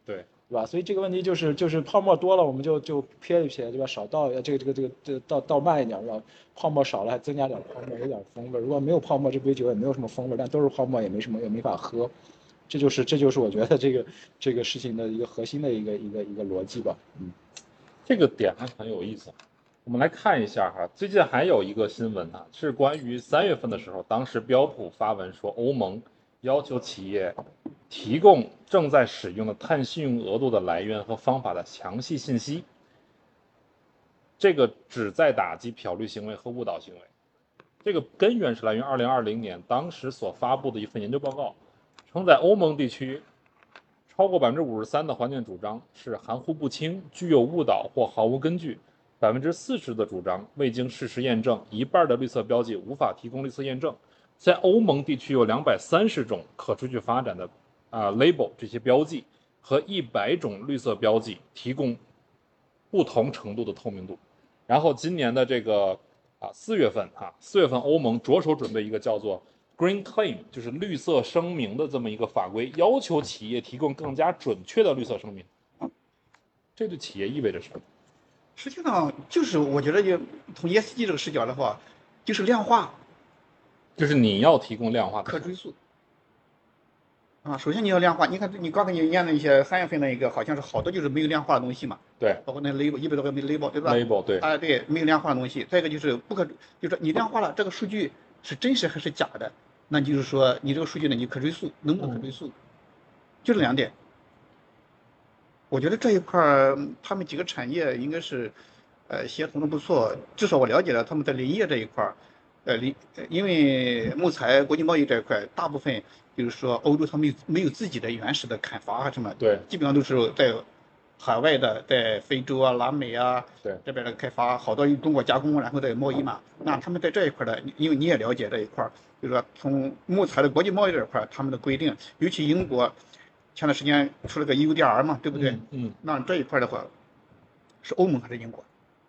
对吧？所以这个问题就是就是泡沫多了，我们就就撇一撇，对吧？少倒这个这个这个这个倒倒慢一点，是吧？泡沫少了还增加点泡沫，有点风味。如果没有泡沫，这杯酒也没有什么风味，但都是泡沫也没什么也没法喝。这就是这就是我觉得这个这个事情的一个核心的一个一个一个逻辑吧。嗯， 这个点还很有意思。我们来看一下哈，最近还有一个新闻啊，是关于三月份的时候，当时标普发文说，欧盟要求企业提供正在使用的碳信用额度的来源和方法的详细信息。这个旨在打击漂绿行为和误导行为。这个根源是来源于二零二零年当时所发布的一份研究报告，称在欧盟地区，超过百分之五十三的环境主张是含糊不清、具有误导或毫无根据。百分之四十的主张未经事实验证，一半的绿色标记无法提供绿色验证。在欧盟地区有两百三十种可持续发展的啊、呃、label 这些标记和一百种绿色标记，提供不同程度的透明度。然后今年的这个啊四月份哈、啊，四月份欧盟着手准备一个叫做 Green Claim， 就是绿色声明的这么一个法规，要求企业提供更加准确的绿色声明。这对企业意味着什么？ 实际上就是我觉得，就从 E S G 这个视角的话，就是量化， 就是你要提供量化的可追溯。啊，首先你要量化，你看你刚才你念的一些三月份的一个，好像是好多就是没有量化的东西嘛， 对， 包括那 label 一百多个 label 对吧 label 对， 啊对，没有量化的东西。再一个就是不可，就是你量化了这个数据是真实还是假的，那就是说你这个数据呢，你可追溯能不能可追溯，就这两点。我觉得这一块儿他们几个产业应该是，呃，协同的不错。至少我了解了他们在林业这一块儿，呃，林，因为木材国际贸易这一块，大部分就是说欧洲他们没有自己的原始的砍伐啊什么， 对， 基本上都是在海外的，在非洲啊、南美啊对这边的开发，好多中国加工，然后再贸易嘛。那他们在这一块的，因为你也了解这一块，就是说从木材的国际贸易这一块，他们的规定，尤其英国。前段时间出了个 E U D R 嘛，对不对？ 嗯。嗯那这一块的话，是欧盟还是英国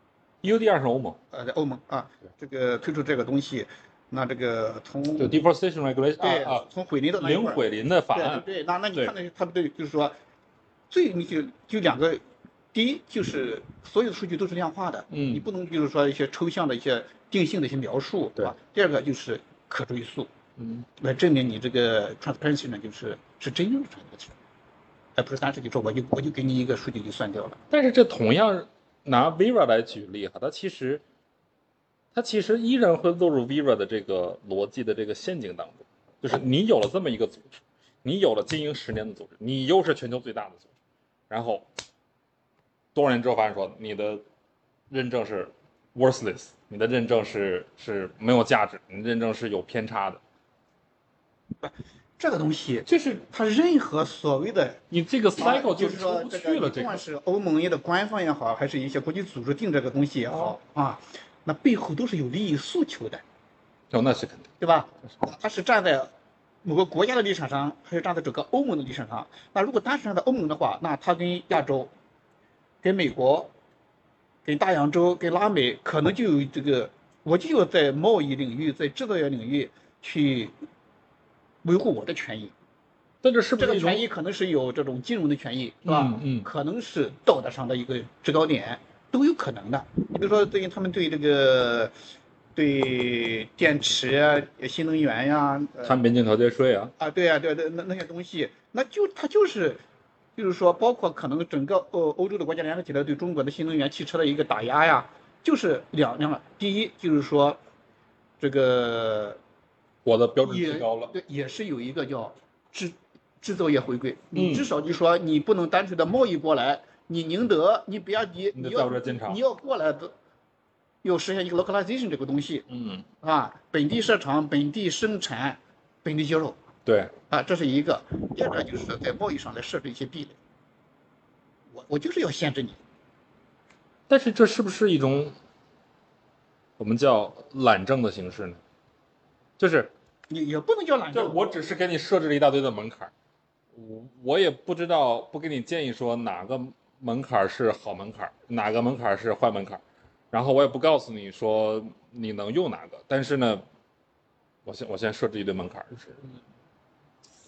E U D R 是欧盟。 呃，在欧盟啊，这个推出这个东西，那这个从就 deforestation regulation 对啊啊， 从毁林的那一块零毁林的法案。 对对，那那你看那他们对，就是说，最你就就两个，第一就是所有的数据都是量化的， 嗯你不能就是说一些抽象的一些定性的一些描述， 对吧？第二个就是可追溯， 嗯， 来证明你这个 transparency 呢，就是是真正的 transparency。而不是单纯就说我就我就给你一个数据就算掉了。 但是这同样拿 Vera 来举例哈，它其实它其实依然会落入 Vera 的这个逻辑的这个陷阱当中，就是你有了这么一个组织，你有了经营十年的组织，你又是全球最大的组织，然后多少年之后发现说你的认证是 worthless， 你的认证是是没有价值，你的认证是有偏差的。 这个东西就是它任何所谓的你这个 cycle 就就是出说不去了。 这个， 这个不管是欧盟的官方也好，还是一些国际组织定这个东西也好啊，那背后都是有利益诉求的， 哦，那是肯定， 对吧？它是站在某个国家的立场上，还是站在整个欧盟的立场上？那如果单纯站在欧盟的话，那它跟亚洲、跟美国、跟大洋洲、跟拉美，可能就有这个，我就要在贸易领域、在制造业领域去维护我的权益。 但这是不这个是一种权益可能是有这种金融的权益，是吧？ 嗯嗯可能是道德上的一个制高点，都有可能的。你比如说，对于他们对这个对电池啊、新能源呀、呃碳边境调节税啊？ 啊，对啊，对对，那那些东西，那就它就是，就是说，包括可能整个欧欧洲的国家联合起来对中国的新能源汽车的一个打压呀，就是两两个。第一就是说，这个我的标准也提高了。 对，也是有一个叫制制造业回归， 嗯你至少就说你不能单纯的贸易过来，你宁德、你比亚迪， 你得你要在我这进场你要过来的，要实现一个 localization 这个东西嗯， 啊，本地设厂、本地生产、本地销售对， 啊，这是一个。第二个就是在贸易上来设置一些壁垒，我我就是要限制你。 但是这是不是一种我们叫懒政的形式呢？就是你也不能叫懒就政， 我只是给你设置了一大堆的门槛，我我也不知道，不给你建议说哪个门槛是好门槛，哪个门槛是坏门槛，然后我也不告诉你说你能用哪个，但是呢，我先我先设置一堆门槛，就是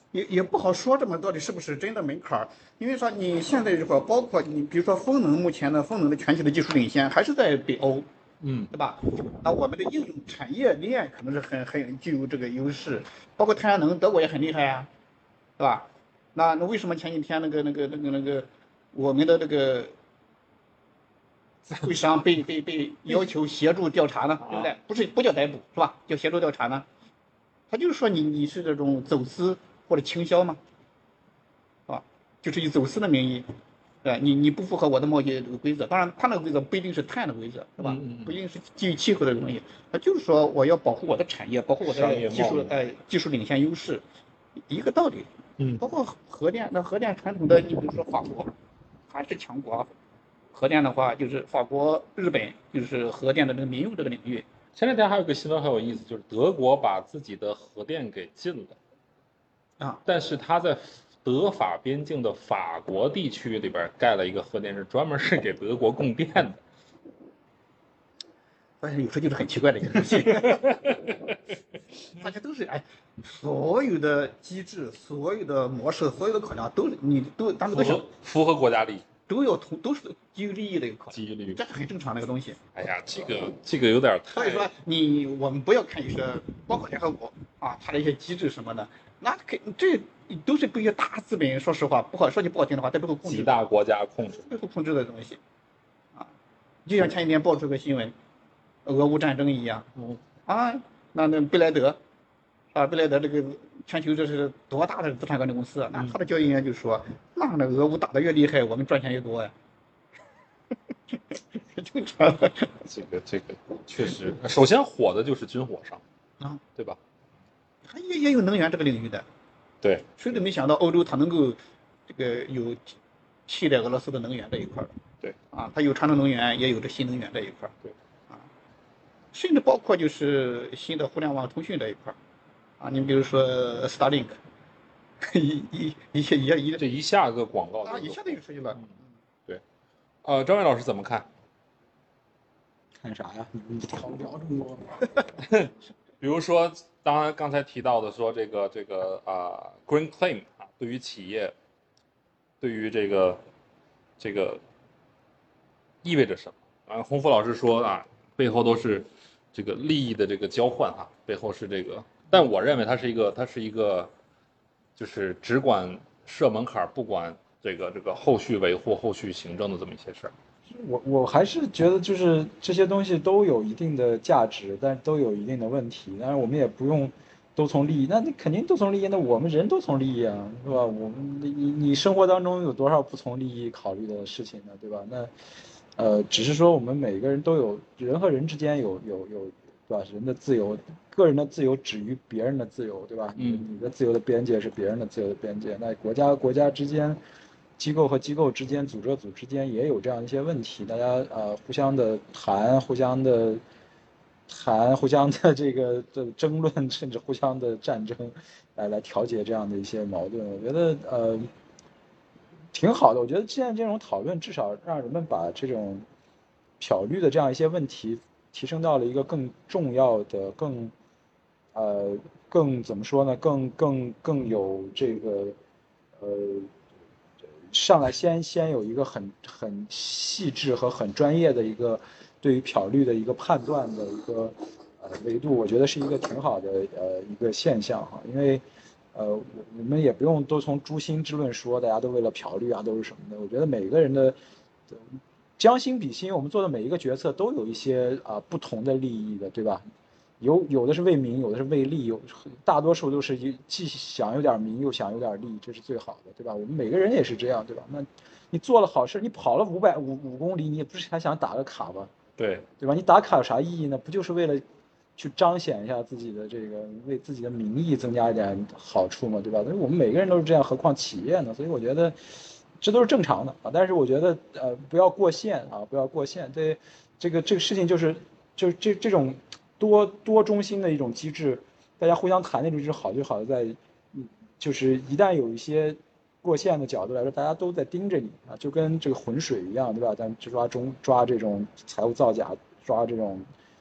也也不好说这么到底是不是真的门槛儿，因为说你现在这块包括你比如说风能，目前的风能的全球的技术领先还是在北欧， 嗯， 对吧？那我们的应用产业链可能是很很具有这个优势，包括太阳能，德国也很厉害呀、啊，对吧？那那为什么前几天那个那个那个那个我们的这个会商被被被要求协助调查呢？对不对？不是不叫逮捕是吧？叫协助调查呢？他就是说你你是这种走私或者倾销嘛，是吧？就是以走私的名义，对你你不符合我的贸易这个规则，当然他那个规则不一定是碳的规则，是吧？不一定是基于气候的东西，他就是说我要保护我的产业，保护我的技术呃技术领先优势，一个道理。 嗯， 包括核电，那核电传统的，你比如说法国，还是强国。核电的话，就是法国、日本，就是核电的这个民用这个领域。 前两天还有个新闻很有意思，就是德国把自己的核电给禁了， 啊， 但是他在德法边境的法国地区里边盖了一个核电，是专门是给德国供电的。 但是有时候就是很奇怪的一个东西，大家都是哎，所有的机制、所有的模式、所有的考量都你都咱们都想符合国家利益， 都要同都是基于利益的一个考量， 基于利益， 这是很正常的一个东西。 哎呀，这个这个有点太…… 所以说你我们不要看一些，包括联合国啊，它的一些机制什么的，那肯这都是被一些大资本，说实话不好说句不好听的话，在背后控制， 几大国家控制， 背后控制的东西，啊，就像前几天爆出个新闻。俄乌战争一样， 嗯啊，那那贝莱德，啊，贝莱德这个全球这是多大的资产管理公司啊？那他的交易员就说，那那俄乌打得越厉害，我们赚钱越多呀。正常的。 这个这个确实，首先火的就是军火商啊， 对吧？ 它也也有能源这个领域的。 对， 谁都没想到欧洲它能够这个有替代俄罗斯的能源这一块的。 对， 啊，它有传统能源，也有这新能源这一块。 对。 甚至包括就是新的互联网通讯这一块啊，你比如说 Starlink， 一一一些一一这一下个广告啊，一下子就出去了。 嗯，对，呃，张伟老师怎么看？ 看啥呀？你聊不聊这么多？ 比如说，当然刚才提到的说这个这个啊、呃、，Green Claim 啊，对于企业，对于这个这个意味着什么？啊，洪福老师说啊，背后都是。这个利益的这个交换哈、啊，背后是这个，但我认为它是一个，它是一个，就是只管设门槛，不管这个这个后续维护、后续行政的这么一些事儿。 我我还是觉得就是这些东西都有一定的价值，但都有一定的问题。当然我们也不用都从利益，那你肯定都从利益，那我们人都从利益啊，是吧？我们你你生活当中有多少不从利益考虑的事情呢，对吧？那。呃，只是说我们每个人都有人和人之间有有有，对吧？人的自由，个人的自由止于别人的自由，对吧？ 嗯， 你的自由的边界是别人的自由的边界。那国家和国家之间，机构和机构之间，组织和组织之间也有这样一些问题，大家呃互相的谈，互相的谈，互相的这个的争论，甚至互相的战争，来来调节这样的一些矛盾。我觉得呃。挺好的，我觉得现在这种讨论至少让人们把这种漂绿的这样一些问题提升到了一个更重要的、更呃更怎么说呢？更更更有这个呃上来先先有一个很很细致和很专业的一个对于漂绿的一个判断的一个呃维度，我觉得是一个挺好的呃一个现象哈，因为。呃，我们也不用都从诛心之论说，大家都为了漂绿啊，都是什么的？我觉得每个人的将心比心，我们做的每一个决策都有一些啊、呃、不同的利益的，对吧？有有的是为民，有的是为利，有大多数都是既想有点民，又想有点利，这是最好的，对吧？我们每个人也是这样，对吧？那你做了好事，你跑了五百五五公里，你也不是还想打个卡吧？ 对， 对吧？你打卡有啥意义呢？不就是为了？去彰显一下自己的这个，为自己的名义增加一点好处嘛，对吧？所以我们每个人都是这样，何况企业呢？所以我觉得这都是正常的啊。但是我觉得呃，不要过线啊，不要过线。对，这个这个事情就是就是这这种多多中心的一种机制，大家互相谈那种就是好就好在，嗯，就是一旦有一些过线的角度来说，大家都在盯着你啊，就跟这个浑水一样，对吧？咱就抓中抓这种财务造假，抓这种。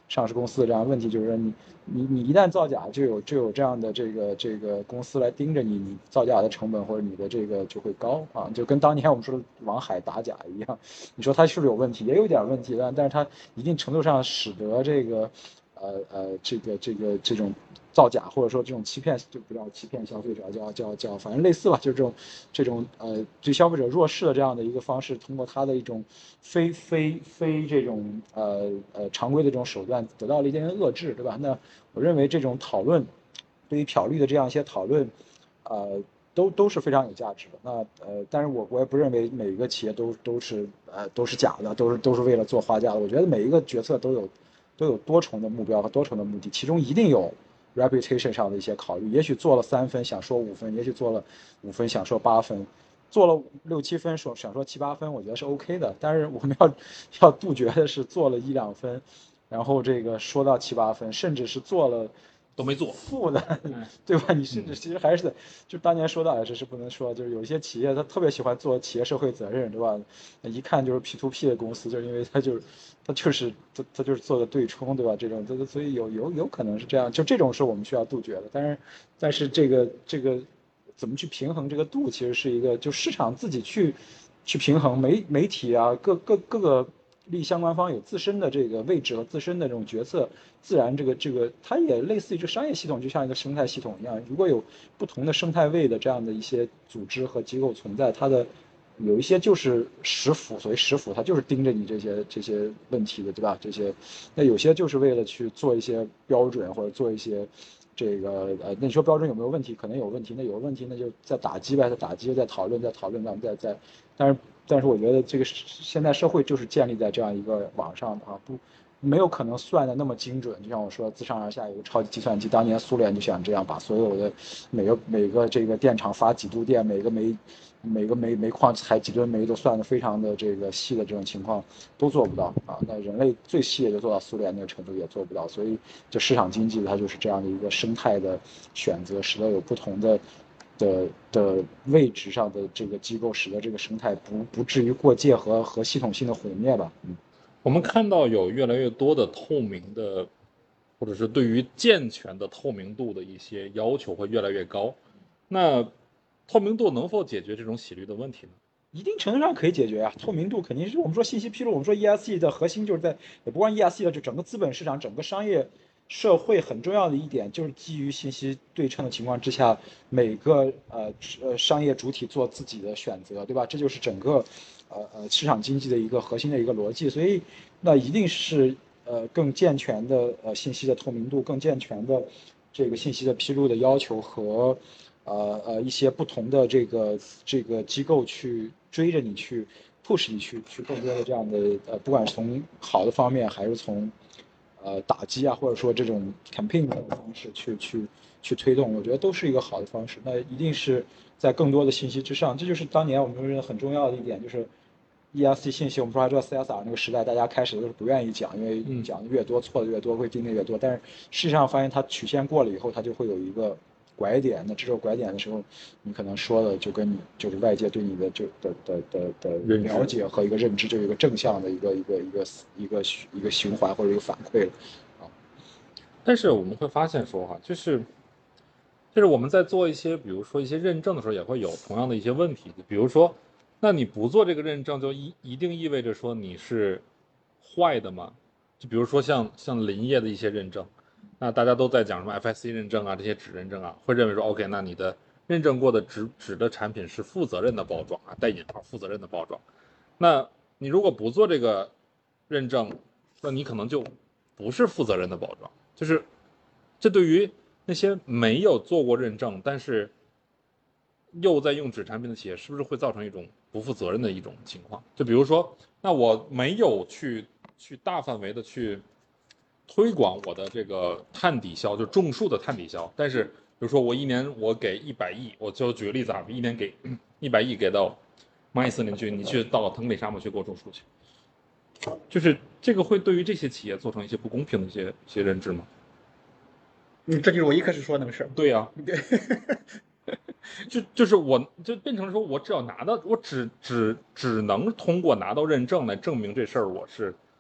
上市公司的这样的问题，就是说你你你一旦造假，就有就有这样的这个这个公司来盯着你，你造假的成本或者你的这个就会高啊，就跟当年我们说的往海打假一样。你说它是不是有问题？也有点问题，但但是它一定程度上使得这个呃呃这个这个这种造假或者说这种欺骗，就不叫欺骗消费者，叫叫叫反正类似吧，就是这种这种呃对消费者弱势的这样的一个方式，通过它的一种非非非这种呃呃常规的这种手段得到了一定的遏制，对吧？那我认为这种讨论对于漂绿的这样一些讨论，呃。都都是非常有价值的。那呃，但是我我也不认为每一个企业都都是呃都是假的，都是都是为了做花架的。我觉得每一个决策都有都有多重的目标和多重的目的，其中一定有 reputation 上的一些考虑。也许做了三分想说五分，也许做了五分想说八分，做了六七分说想说七八分，我觉得是 OK 的。但是我们要要杜绝的是做了一两分，然后这个说到七八分，甚至是做了。 都没做负的，对吧？你甚至其实还是就当年说到，这是不能说，就是有一些企业他特别喜欢做企业社会责任，对吧？一看就是 P to P 的公司，就是因为他就是他就是他他就是做的对冲，对吧？这种，所以有有有可能是这样，就这种是我们需要杜绝的。但是但是这个这个怎么去平衡这个度，其实是一个就市场自己去去平衡，媒媒体啊，各各各个。利益相关方有自身的这个位置和自身的这种决策，自然这个这个它也类似于这商业系统，就像一个生态系统一样。如果有不同的生态位的这样的一些组织和机构存在，它的有一些就是食腐，所谓食腐，它就是盯着你这些这些问题的，对吧？这些，那有些就是为了去做一些标准或者做一些。这个呃，那你说标准有没有问题？可能有问题，那有问题那就再打击呗，再打击，再讨论，再讨论，咱们再再，但是但是我觉得这个现在社会就是建立在这样一个网上的啊，不没有可能算的那么精准。就像我说，自上而下有个超级计算机，当年苏联就想这样，把所有的每个每个这个电厂发几度电，每个煤每个煤煤矿采几吨煤都算的非常的这个细的这种情况都做不到啊。那人类最细也就做到苏联那个程度也做不到，所以就市场经济它就是这样的一个生态的选择，使得有不同的。的的位置上的这个机构，使得这个生态不不至于过界和和系统性的毁灭吧。嗯， 我们看到有越来越多的透明的，或者是对于健全的透明度的一些要求会越来越高。那透明度能否解决这种洗绿的问题呢？ 一定程度上可以解决啊。透明度肯定是我们说信息披露，我们说 E S G 的核心就是在，也不光 E S G 的，就整个资本市场、整个商业社会很重要的一点，就是基于信息对称的情况之下，每个呃呃商业主体做自己的选择，对吧？这就是整个呃呃市场经济的一个核心的一个逻辑。所以那一定是呃更健全的呃信息的透明度，更健全的这个信息的披露的要求和。呃呃一些不同的这个这个机构去追着你去 push 你去去更多的这样的呃，不管是从好的方面还是从呃打击啊，或者说这种 campaign 的方式去去去推动，我觉得都是一个好的方式。那一定是在更多的信息之上，这就是当年我们认为很重要的一点，就是 E S G 信息。我们说还知道 C S R 那个时代，大家开始都是不愿意讲，因为讲的越多，错的越多，会盯的越多。但是事实上发现它曲线过了以后，它就会有一个。拐点，那这种拐点的时候，你可能说的就跟你就是外界对你的就的的的的了解和一个认知，就有一个正向的一个一个一个一个一个循环或者一个反馈了啊。 但是我们会发现说哈，就是就是我们在做一些，比如说一些认证的时候，也会有同样的一些问题，比如说，那你不做这个认证，就一一定意味着说你是坏的吗？就比如说像像林业的一些认证。那大家都在讲什么 F S C 认证啊，这些纸认证啊，会认为说 OK， 那你的认证过的纸纸的产品是负责任的包装啊，带引号负责任的包装。那你如果不做这个认证，那你可能就不是负责任的包装。就是这对于那些没有做过认证，但是又在用纸产品的企业，是不是会造成一种不负责任的一种情况？就比如说，那我没有去去大范围的去。推广我的这个碳抵消，就是种树的碳抵消。但是，比如说我一年我给一百亿，我就举个例子啊，一年给一百亿给到蚂蚁森林去，你去到腾北沙漠去给我种树去，就是这个会对于这些企业造成一些不公平的一些一些认知吗？ 嗯，这就是我一开始说的那个事儿。 对呀、啊， 对， 就就是我就变成说我只要拿到，我只只只能通过拿到认证来证明这事儿我是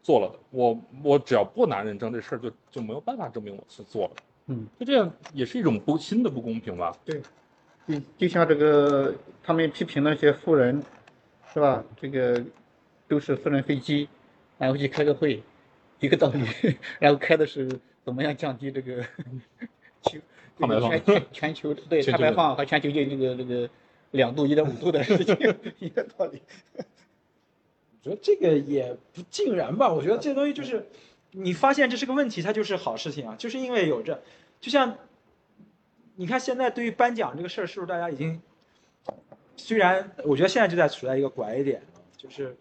做了的，我我只要不拿认证，这事儿就就没有办法证明我是做了的。 嗯， 就这样也是一种不新的不公平吧？ 对，就就像这个他们批评那些富人，是吧？这个都是私人飞机，然后去开个会，一个道理，然后开的是怎么样降低这个全碳排放全全全球对全球碳排放和全球这个这个两度一点五度的事情一个道理。 我觉得这个也不尽然吧，我觉得这东西就是你发现这是个问题，它就是好事情啊，就是因为有这，就像你看现在对于颁奖这个事儿，是不是大家已经，虽然我觉得现在就在处在一个拐点，就是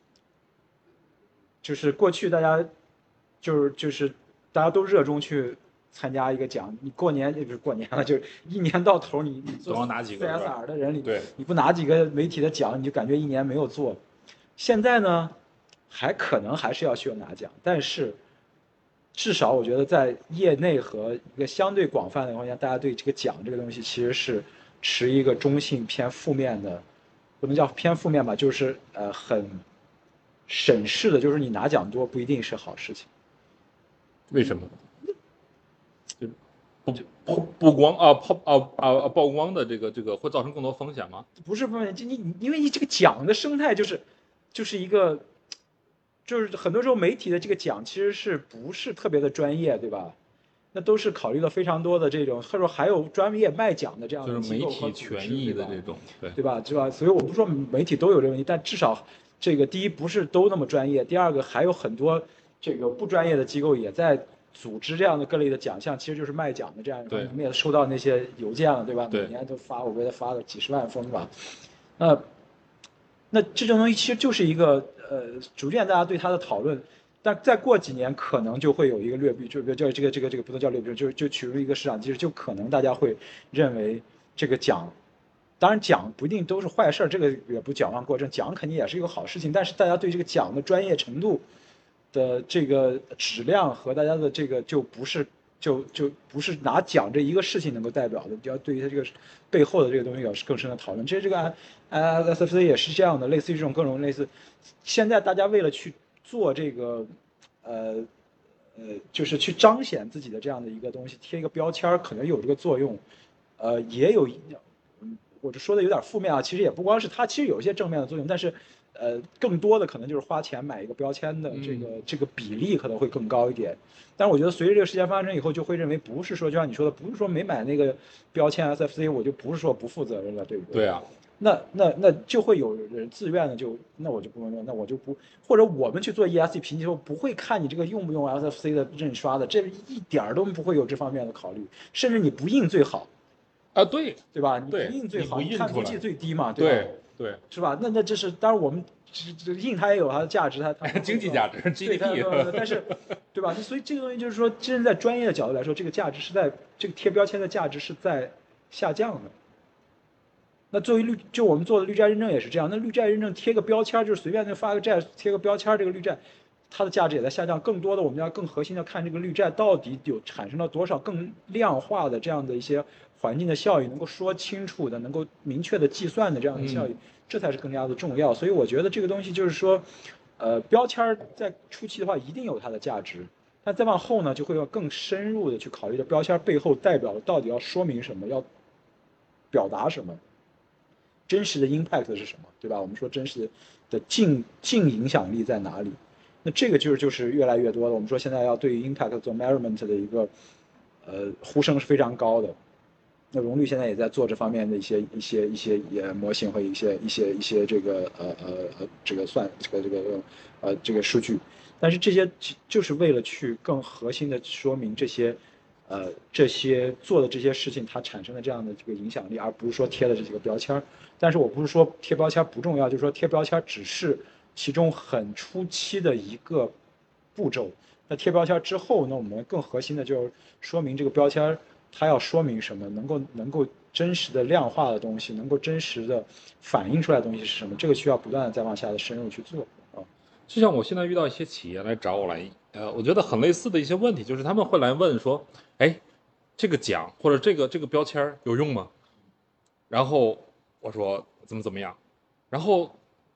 就是过去大家就是就是大家都热衷去参加一个奖，你过年也不是过年了，就是一年到头你你做总要拿几个 C S R 的人里， 对， 你不拿几个媒体的奖，你就感觉一年没有做。现在呢，还可能还是要需要拿奖，但是至少我觉得在业内和一个相对广泛的情况下，大家对这个奖这个东西其实是持一个中性偏负面的，不能叫偏负面吧，就是呃很审视的，就是你拿奖多不一定是好事情。 为什么？就不不不光啊曝啊啊曝光的这个这个会造成更多风险吗？ 不是不是，你你因为你这个奖的生态就是就是一个，就是很多时候媒体的这个奖其实是不是特别的专业，对吧？那都是考虑了非常多的这种，或者说还有专业卖奖的这样的就是媒机构和体组织权益的对吧这种，对对吧？是吧？所以我不是说媒体都有这个问题，但至少这个第一不是都那么专业，第二个还有很多这个不专业的机构也在组织这样的各类的奖项，其实就是卖奖的这样。 对你们也收到那些邮件了，对吧？ 对每年都发，我给他发了几十万封吧。那那这种东西其实就是一个呃，逐渐大家对它的讨论。但再过几年，可能就会有一个劣币，就叫这个这个这个不能叫劣币，就是就取入一个市场机制，就可能大家会认为这个奖，当然奖不一定都是坏事，这个也不矫枉过正，奖肯定也是一个好事情，但是大家对这个奖的专业程度的这个质量和大家的这个就不是就就不是拿奖这一个事情能够代表的，要对于它这个背后的这个东西有更深的讨论。其实这个 S F C 也是这样的，类似于这种各种类似，现在大家为了去做这个，呃，呃，就是去彰显自己的这样的一个东西，贴一个标签可能有这个作用，呃，也有，嗯，我这说的有点负面啊，其实也不光是它，其实有一些正面的作用，但是，呃，更多的可能就是花钱买一个标签的这个、嗯、这个比例可能会更高一点。但是我觉得随着这个事件发生以后，就会认为不是说就像你说的，不是说没买那个标签 S F C 我就不是说不负责任了，对不对？ 对啊。 那那那就会有人自愿的就那我就不能用，那我就不，或者我们去做 E S G 评级的时候不会看你这个用不用 S F C 的印刷的，这一点都不会有这方面的考虑，甚至你不印最好， 啊对对吧？你不对印最好， 你你看估计最低嘛， 对吧？ 对对， 是吧？那那这是当然我们这印它也有它的价值，它它经济价值 G D P， 但是对吧？所以这个东西就是说，真正在专业的角度来说，这个价值是在这个贴标签的价值是在下降的。那作为绿，就我们做的绿债认证也是这样。那绿债认证贴个标签，就是随便就发个债，贴个标签，这个绿债，它的价值也在下降。更多的，我们要更核心的看这个绿债到底有产生了多少更量化的这样的一些环境的效益，能够说清楚的，能够明确的计算的这样的效益，嗯、这才是更加的重要。所以我觉得这个东西就是说，呃，标签在初期的话一定有它的价值，但再往后呢，就会要更深入的去考虑这标签背后代表的到底要说明什么，要表达什么。真实的 impact 是什么，对吧？我们说真实的净净影响力在哪里？那这个就是就是越来越多的。我们说现在要对于 impact 做 measurement 的一个呃呼声是非常高的。那荣率现在也在做这方面的一些一些一些也模型和一些一些一些这个呃呃呃这个算这个这个呃这个数据，但是这些就是为了去更核心的说明这些。呃，这些做的这些事情，它产生的这样的这个影响力，而不是说贴的这几个标签。但是我不是说贴标签不重要，就是说贴标签只是其中很初期的一个步骤。那贴标签之后呢，我们更核心的就是说明这个标签它要说明什么，能够能够真实的量化的东西，能够真实的反映出来的东西是什么，这个需要不断的再往下的深入去做啊。 就像我现在遇到一些企业来找我来，呃，我觉得很类似的一些问题，就是他们会来问说，哎，这个奖或者这个这个标签有用吗？然后我说怎么怎么样，然后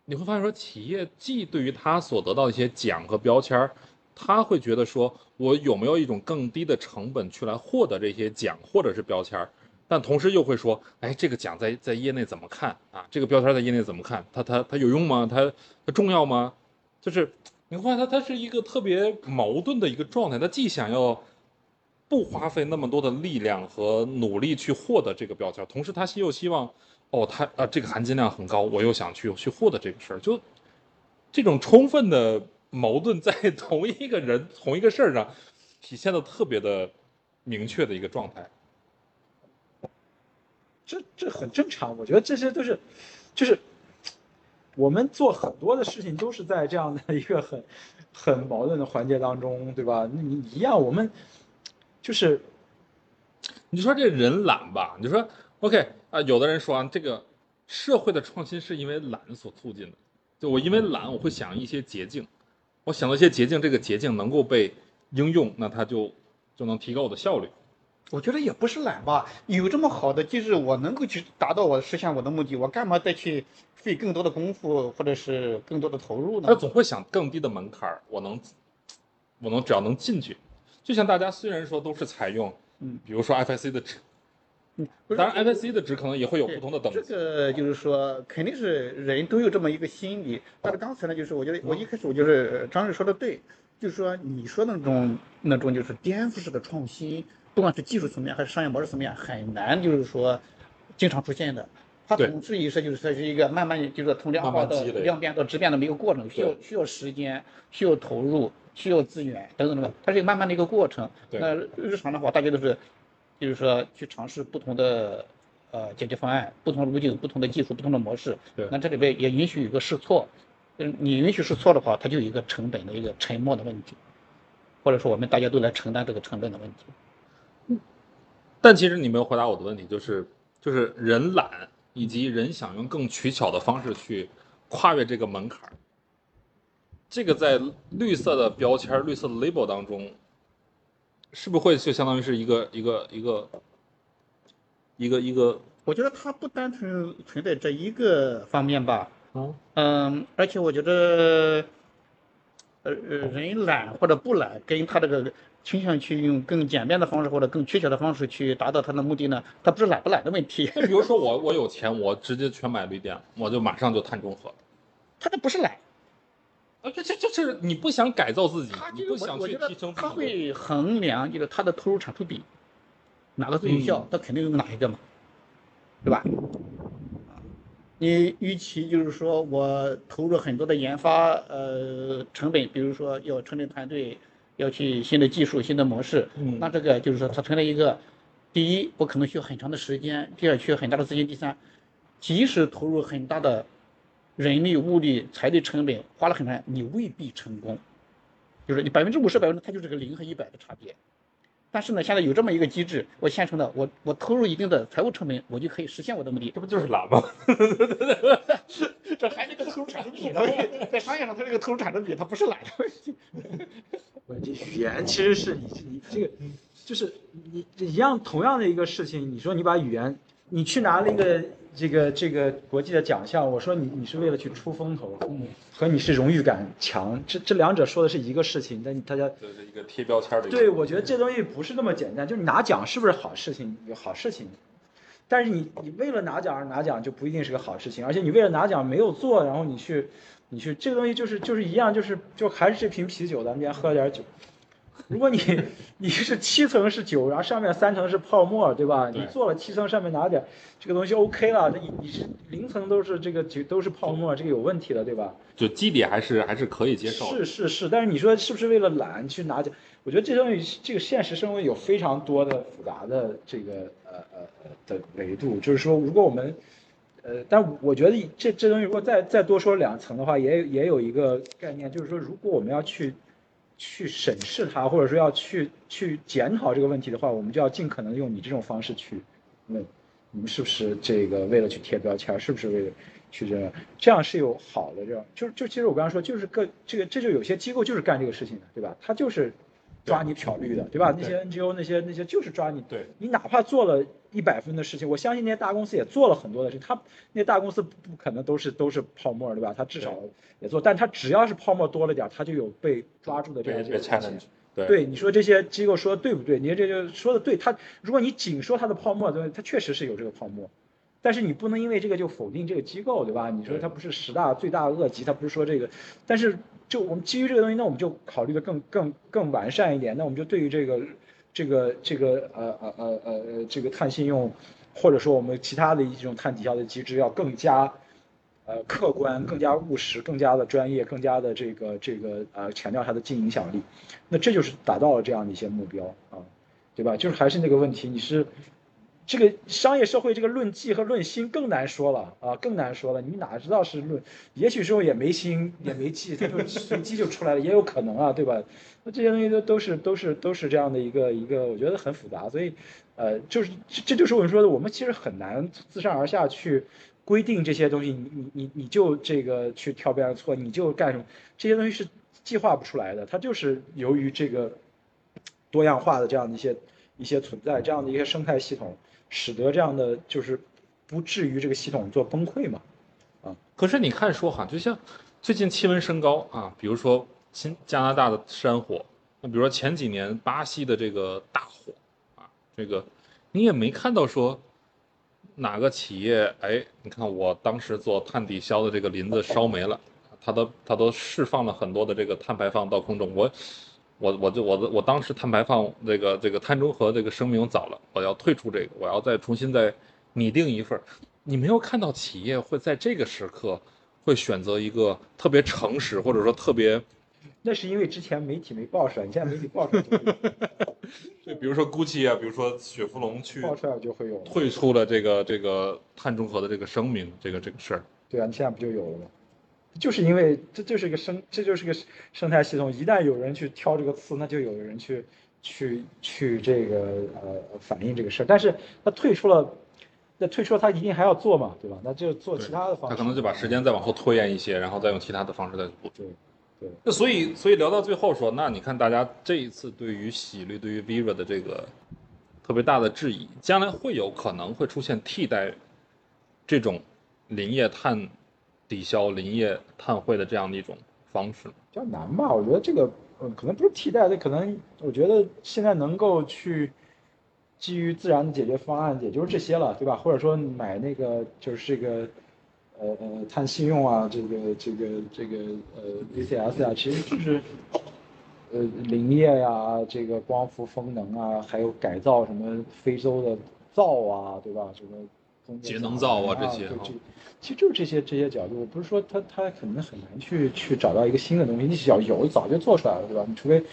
你会发现说，企业既对于他所得到的一些奖和标签，他会觉得说我有没有一种更低的成本去来获得这些奖或者是标签，但同时又会说，哎，这个奖在在业内怎么看啊？这个标签在业内怎么看？它它它有用吗？它它重要吗？就是你会发现它它是一个特别矛盾的一个状态，它既想要不花费那么多的力量和努力去获得这个标签，同时他又希望，哦，他啊这个含金量很高，我又想去去获得这个事儿，就这种充分的矛盾在同一个人同一个事儿上体现的特别的明确的一个状态。 这这很正常，我觉得这些都是，就是我们做很多的事情都是在这样的一个很很矛盾的环节当中，对吧？那你一样，我们就是你说这人懒吧，你说 OK 啊，有的人说啊，这个社会的创新是因为懒所促进的，就我因为懒，我会想一些捷径，我想到一些捷径，这个捷径能够被应用，那它就就能提高我的效率。 我觉得也不是懒吧，有这么好的机制，我能够去达到我实现我的目的，我干嘛再去费更多的功夫或者是更多的投入呢？ 他总会想更低的门槛，我能，我能只要能进去。就像大家虽然说都是采用， 嗯， 比如说 F I C 的值， 嗯， 当然 F I C 的值可能也会有不同的等级。 这个就是说，肯定是人都有这么一个心理。但是刚才呢，就是我觉得我一开始我就是张瑞说的对，就是说你说的那种那种就是颠覆式的创新，不管是技术层面还是商业模式层面，很难就是说经常出现的。它总是一是就是说是一个慢慢就是说从量化到量变到质变的一个过程，需要需要时间，需要投入，需要资源等等等，它是一个慢慢的一个过程。那日常的话，大家都是就是说去尝试不同的呃解决方案，不同的路径、不同的技术、不同的模式。那这里边也允许有个试错，嗯，你允许试错的话，它就有一个成本的一个沉没的问题，或者说我们大家都来承担这个成本的问题。 嗯，但其实你没有回答我的问题，就是就是人懒以及人想用更取巧的方式去跨越这个门槛，这个在绿色的标签、绿色的 label 当中，是不是会就相当于是一个一个一个一个一个？ 我觉得它不单纯存在这一个方面吧。 嗯嗯，而且我觉得，呃呃，人懒或者不懒，跟他这个倾向去用更简便的方式或者更取巧的方式去达到他的目的呢，他不是懒不懒的问题。 那比如说我我有钱，我直接全买绿电，我就马上就碳中和。 他这不是懒， 啊，这这就是你不想改造自己， 他你不想去提升自己。 他会衡量就是他的投入产出比，哪个最有效，他肯定用哪一个嘛，对吧？你与其就是说我投入很多的研发呃成本，比如说要成立团队，要去新的技术、新的模式， 嗯， 那这个就是说它存在一个，第一，我可能需要很长的时间；第二，需要很大的资金；第三，即使投入很大的人力、物力、财力成本，花了很长，你未必成功。就是你百分之五十、百分之，它就是个零和一百的差别。但是呢，现在有这么一个机制，我现成的，我我投入一定的财务成本，我就可以实现我的目的。 这不就是懒吗？ 这还是个投入产出比的，在商业上它这个投入产出比，它不是懒的问题。 问题语言其实是你你这个就是你一样同样的一个事情，你说你把语言你去拿了一个这个这个国际的奖项，我说你你是为了去出风头，和你是荣誉感强，这这两者说的是一个事情，但大家这是一个贴标签的。 对，我觉得这东西不是那么简单，就是你拿奖是不是好事情，有好事情，但是你你为了拿奖而拿奖就不一定是个好事情，而且你为了拿奖没有做，然后你去你去这个东西就是就是一样，就是就还是这瓶啤酒，咱们今天喝了点酒。如果你你是七层是酒，然后上面三层是泡沫，对吧？ 对你做了七层，上面拿点这个东西 OK 了，那你你是零层都是这个酒都是泡沫，这个有问题了，对吧？ 就基底还是还是可以接受的。 是是是，但是你说是不是为了懒去拿奖？我觉得这东西这个现实生活有非常多的复杂的这个呃呃呃的维度，就是说如果我们呃，但我觉得这这东西如果再再多说两层的话，也也有一个概念，就是说如果我们要去去审视它，或者说要去去检讨这个问题的话，我们就要尽可能用你这种方式去问，你们是不是这个为了去贴标签，是不是为了去这样，这样是有好的这样，就就其实我刚才说就是个这个这就有些机构就是干这个事情的，对吧？他就是抓你漂绿的，对吧？那些 N G O 那些那些就是抓你， 对， 你哪怕做了一百分的事情，我相信那些大公司也做了很多的事情，他那些大公司不可能都是都是泡沫，对吧？他至少也做，但他只要是泡沫多了点，他就有被抓住的这样被 challenge。对， 对，你说这些机构说的对不对？你这就说的对，他如果你仅说它的泡沫，对，它确实是有这个泡沫。但是你不能因为这个就否定这个机构，对吧？你说它不是十大最大恶极，它不是说这个，但是就我们基于这个东西，那我们就考虑的更更更完善一点。那我们就对于这个这个这个呃呃呃呃这个碳信用，或者说我们其他的一种碳抵消的机制，要更加呃客观、更加务实、更加的专业、更加的这个这个呃强调它的净影响力。那这就是达到了这样的一些目标啊，对吧？就是还是那个问题，你是。这个商业社会这个论迹和论心更难说了啊，更难说了。你哪知道是论？也许时候也没心也没迹，它就随机就出来了，也有可能啊，对吧？那这些东西都都是都是都是这样的一个一个，我觉得很复杂。所以，呃，就是这这就是我们说的，我们其实很难自上而下去规定这些东西。你你你你就这个去挑别人错，你就干什么？这些东西是计划不出来的，它就是由于这个多样化的这样的一些一些存在，这样的一些生态系统。使得这样的就是不至于这个系统做崩溃嘛，啊。 可是你看说哈，就像最近气温升高啊，比如说新加拿大的山火，那比如说前几年巴西的这个大火啊，这个你也没看到说哪个企业，哎，你看我当时做碳抵消的这个林子烧没了，它都它都释放了很多的这个碳排放到空中，我。我我就我我当时碳排放这个这个碳中和这个声明早了，我要退出这个，我要再重新再拟定一份。你没有看到企业会在这个时刻会选择一个特别诚实或者说特别， 那是因为之前媒体没爆出来，你现在媒体爆出来就会有。 对，比如说 GUCCI 啊，比如说雪佛龙去爆出来就会有退出了这个这个碳中和的这个声明，这个这个事儿。 对啊，你现在不就有了吗？就是因为这就是个生，这就是个生态系统。一旦有人去挑这个刺，那就有人去去去这个呃反映这个事儿。但是他退出了，那退出了他一定还要做嘛，对吧？那就做其他的方式。 他可能就把时间再往后拖延一些，然后再用其他的方式再补。 对对。 那所以所以聊到最后说，那你看大家这一次对于喜绿对于 Viva 的这个特别大的质疑，将来会有可能会出现替代这种林业碳。抵消林业碳汇的这样的一种方式， 比较难吧？我觉得这个，嗯，可能不是替代的，可能我觉得现在能够去基于自然的解决方案，也就是这些了，对吧？或者说买那个就是这个，呃呃，碳信用啊，这个这个这个呃 V C S 啊，其实就是呃林业呀，这个光伏风能啊，还有改造什么非洲的灶啊，对吧？什么节能灶啊这些。 其实就是这些这些角度，不是说他他可能很难去去找到一个新的东西，你只要有早就做出来了，对吧？你除非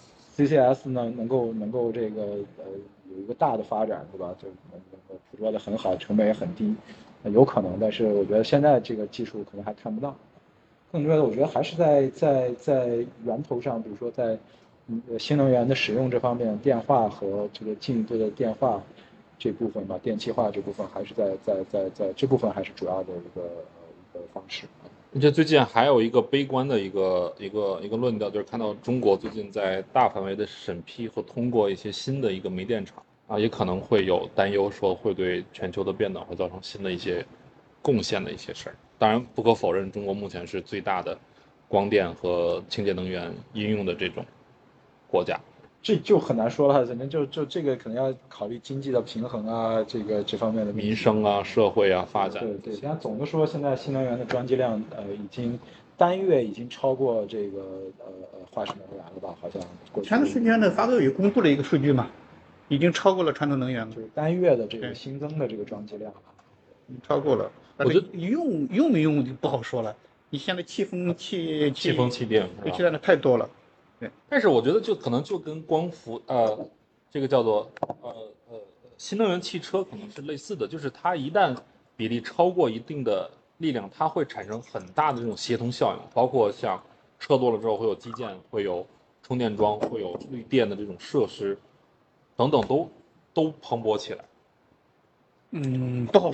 C C S 呢能够能够这个呃有一个大的发展，对吧？就能能够捕捉的很好，成本也很低，有可能，但是我觉得现在这个技术可能还看不到。更多的我觉得还是在在在源头上，比如说在新能源的使用这方面，电化和这个进一步的电化。这部分吧，电气化这部分还是在在在在这部分还是主要的一个一个方式。 而且最近还有一个悲观的一个一个一个论调，就是看到中国最近在大范围的审批和通过一些新的一个煤电厂啊，也可能会有担忧，说会对全球的变暖会造成新的一些贡献的一些事儿。当然，不可否认，中国目前是最大的光电和清洁能源应用的这种国家。 这就很难说了，反正就就这个可能要考虑经济的平衡啊，这个这方面的民生啊、社会啊发展。 对对，现在总的说，现在新能源的装机量，呃，已经单月已经超过这个呃呃化石能源了吧？好像。 前段时间的发改委公布了一个数据嘛，已经超过了传统能源了， 就是单月的这个新增的这个装机量， 超过了。 我觉得用用没用就不好说了。你现在气风气气风气电， 现在的太多了。对， 但是我觉得就可能就跟光伏呃，这个叫做呃呃新能源汽车可能是类似的，就是它一旦比例超过一定的力量，它会产生很大的这种协同效应，包括像车多了之后会有基建，会有充电桩，会有绿电的这种设施等等都都蓬勃起来。 嗯，不好说，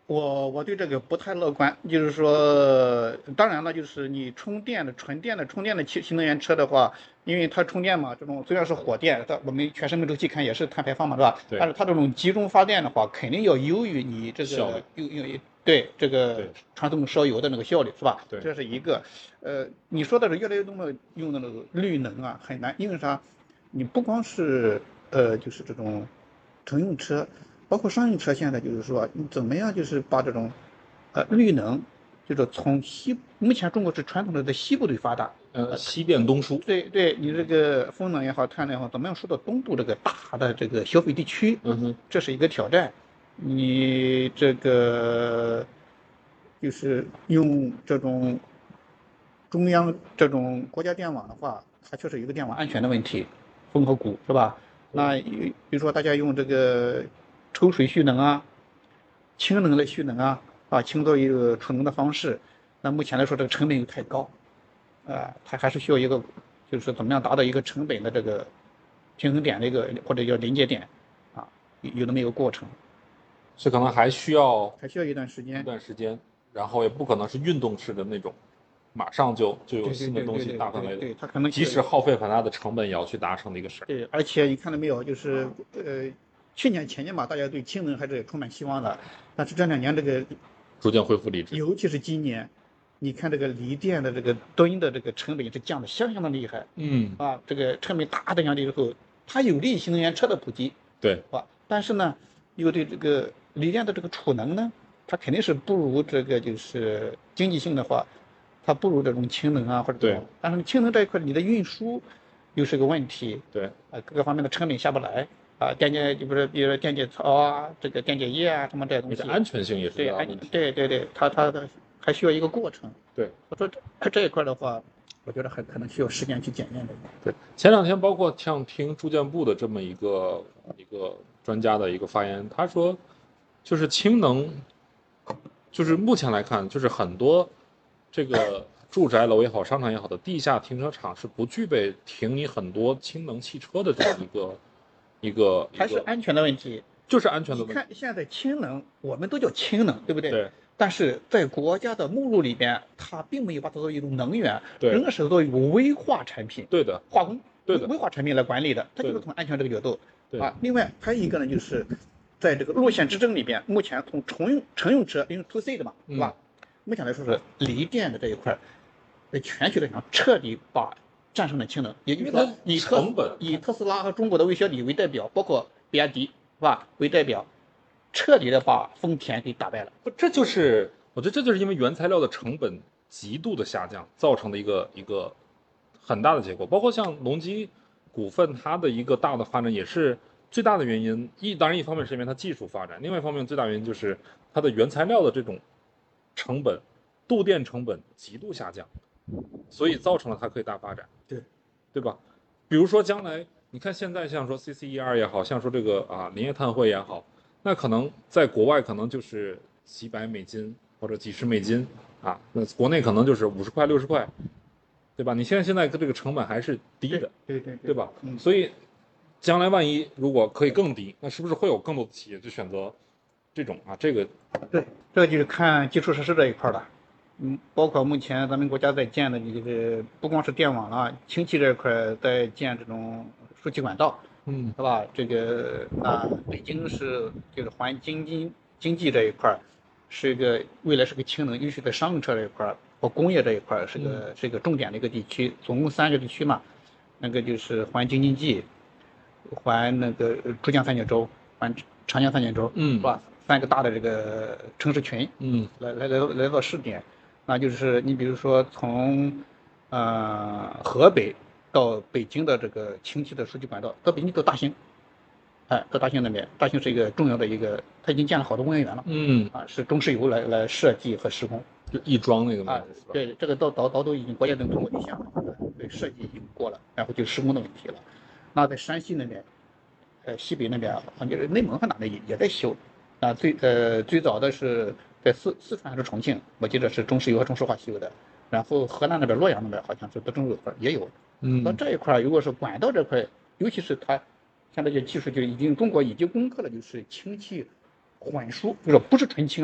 我我对这个不太乐观，就是说，当然了，就是你充电的纯电的充电的汽新能源车的话，因为它充电嘛，这种虽然是火电，它我们全生命周期看也是碳排放嘛，是吧？ 对但是它这种集中发电的话，肯定要优于你这效率个用用对这个对传统烧油的那个效率，是吧？ 对这是一个。呃，你说的是越来越多的用的那个绿能啊，很难，因为啥？你不光是呃，就是这种乘用车。包括商用车现在就是说，你怎么样就是把这种，呃，绿能，就是从西，目前中国是传统的在西部最发达， 呃，西电东输， 对对，你这个风能也好，太阳能也好，怎么样输到东部这个大的这个消费地区， 嗯哼， 这是一个挑战。你这个就是用这种中央这种国家电网的话，它确实有一个电网安全的问题，风和谷是吧？那比如说大家用这个抽水蓄能啊，氢能的蓄能啊，啊，氢作为一个储能的方式，那目前来说这个成本又太高，啊，它还是需要一个，就是说怎么样达到一个成本的这个平衡点的一个或者叫临界点，啊，有有那么一个过程， 这可能还需要还需要一段时一间。 段时间，然后也不可能是运动式的那种，马上就就有对对新的东西对对对大范围的， 对对，它可能即使耗费很大的成本也要去达成的一个事儿。 对，而且你看到没有，就是呃，去年前年吧，大家对氢能还是充满希望的，但是这两年这个， 逐渐恢复理智。 尤其是今年，你看这个锂电的这个吨的这个成本是降的相当的厉害， 嗯， 啊，这个成本大的降低之后，它有利于新能源车的普及， 对， 是吧？但是呢，又对这个锂电的这个储能呢，它肯定是不如这个就是经济性的话，它不如这种氢能啊或者这种，但是氢能这一块你的运输又是个问题， 对， 啊，各个方面的成本下不来啊，电解就不是比如说电解槽啊，这个电解液啊什么这些东西， 安全性也是对安个问题。 对对对，它它的还需要一个过程。 对， 我说这这一块的话，我觉得还可能需要时间去检验的。 对，前两天包括像听住建部的这么一个一个专家的一个发言，他说，就是氢能，就是目前来看，就是很多这个住宅楼也好，商场也好的地下停车场是不具备停你很多氢能汽车的这么一个一个， 还是安全的问题， 就是安全的问题。你看现在氢能，我们都叫氢能，对不对？ 对。 但是在国家的目录里边，它并没有把它作为一种能源， 对， 仍然是作为一种危化产品。 对的， 化工。 对的， 危化产品来管理的，它就是从安全这个角度。 对啊，另外还有一个呢，就是在这个路线之争里边，目前从乘用乘用车，因为 to C 的嘛，是吧？嗯、目前来说是锂电的这一块，在全球来讲彻底把战胜了氢能，也就是说以特以特斯拉和中国的魏小李为代表，包括比亚迪是吧为代表，彻底的把丰田给打败了。 不，这就是我觉得这就是因为原材料的成本极度的下降造成的一个一个很大的结果。包括像隆基股份，它的一个大的发展也是最大的原因。一当然一方面是因为它技术发展，另外一方面最大原因就是它的原材料的这种成本、镀电成本极度下降，所以造成了它可以大发展。 对， 对吧？比如说将来你看现在像说 C C E R 也好像说这个啊林业碳汇也好，那可能在国外可能就是几百美金或者几十美金啊，那国内可能就是五十块六十块，对吧？你现在现在这个成本还是低的， 对对 对, 对吧？ 嗯， 所以将来万一如果可以更低，那是不是会有更多的企业去选择这种啊？这个对，这个就是看基础设施这一块了。嗯，包括目前咱们国家在建的这个，不光是电网了，氢气这一块在建这种输气管道， 嗯， 是吧？这个那北京是就是环京津经济这一块，是一个未来是个氢能，尤其在商用车这一块和工业这一块是个、嗯、是一个重点的一个地区，总共三个地区嘛，那个就是环京津冀，环那个珠江三角洲，环长江三角洲， 嗯， 是吧？三个大的这个城市群， 嗯， 来来来来做试点。那就是你比如说从，呃，河北到北京的这个氢气的输气管道，到北京到大兴，哎，到大兴那边，大兴是一个重要的一个，他已经建了好多工业园了， 嗯， 啊，是中石油来来设计和施工， 就亦庄那个啊，对，这个到到到都已经国家都通过地项了，对，设计已经过了，然后就施工的问题了。那在山西那边，呃，西北那边，好像就是内蒙和哪里也也在修，啊，最呃最早的是。在四四川还是重庆，我记得是中石油和中石化修的，然后河南那边洛阳那边好像是德政这块也有。 嗯， 到这一块如果是管道这块，尤其是它像这些技术就已经中国已经攻克了，就是氢气混输，就是不是纯氢了，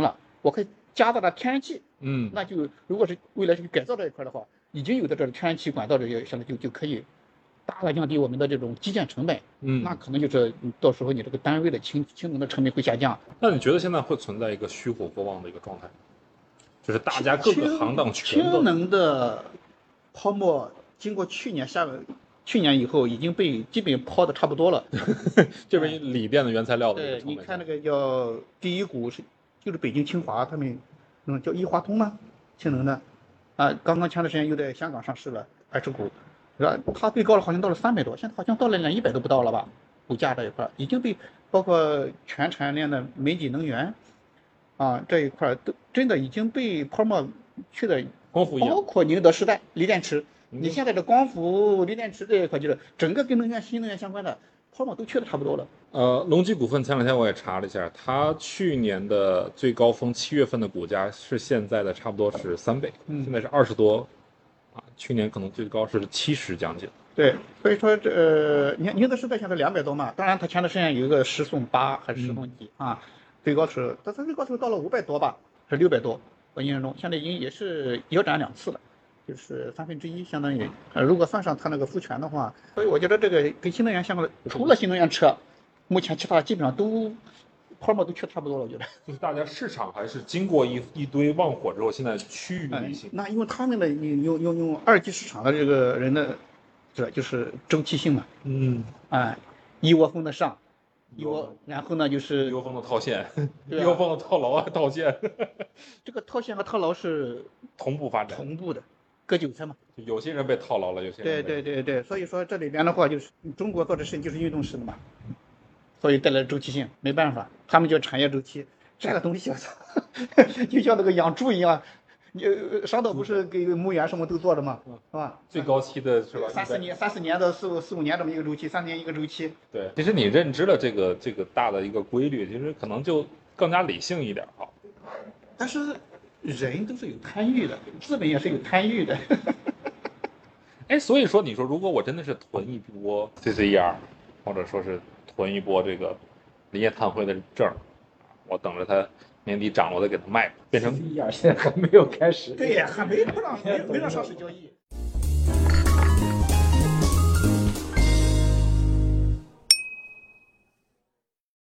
我可以加大它天然气， 嗯， 那就如果是未来去改造这一块的话，已经有的这个天然气管道这些，现在就就可以大大降低我们的这种基建成本。 嗯， 那可能就是到时候你这个单位的氢氢能的成本会下降。 那你觉得现在会存在一个虚火过旺的一个状态，就是大家各个行当全都氢能的泡沫经过去年下去年以后已经被基本抛的差不多了。 这边锂电的原材料的一个对， 成本。 你看那个叫第一股是就是北京清华他们，嗯，叫易华通吗？氢能的，啊，刚刚前段时间又在香港上市了 H 股，是吧？它最高了好像到了三百多，现在好像到了连一百都不到了吧？股价这一块已经被包括全产业链的煤气能源，啊这一块都真的已经被泡沫去的， 光伏一样包括宁德时代锂电池。 嗯你现在的光伏、锂电池这一块，就是整个跟能源、新能源相关的泡沫都去的差不多了。 呃，隆基股份前两天我也查了一下，它去年的最高峰七月份的股价是现在的差不多是三倍， 嗯现在是二十多，啊，去年可能最高是七十将近。 对，所以说这呃，宁宁德时代现在两百多嘛，当然它前段时间有一个十送八还是十送几、啊，最高是它它最高是到了五百多吧，是六百多，我印象中现在已经也是腰斩两次了。就是三分之一，相当于，呃，如果算上它那个复权的话，所以我觉得这个跟新能源相关的，除了新能源车，目前其他基本上都泡沫都去的差不多了，我觉得。 就是大家市场还是经过一一堆旺火之后，现在趋于理性。 哎、那因为他们的用用用用二级市场的这个人的，这就是周期性嘛， 嗯， 哎，一窝蜂的上，一窝，然后呢就是一窝蜂的套现， 对啊一窝蜂的套牢啊，套现， 这个套现和套牢是同步发展。 同步的，割韭菜嘛。 有些人被套牢了，有些对人被对对对，所以说这里边的话就是中国做的事情就是运动式的嘛，所以带来周期性，没办法，他们叫产业周期，这个东西我操，就像那个养猪一样，你呃商导不是给牧原什么都做的嘛，是吧？ 最高期的是吧？ 三四年、三四年到四五四五年这么一个周期，三年一个周期。 对，其实你认知了这个这个大的一个规律，其实可能就更加理性一点哈。 但是人都是有贪欲的，资本也是有贪欲的。 哎，所以说你说如果我真的是囤一波 C C E R， 或者说是囤一波这个林业碳汇的证，我等着它年底涨了我再给它卖，变成 C C E R 现在还没有开始。 对呀，还没不让没没让上市交易。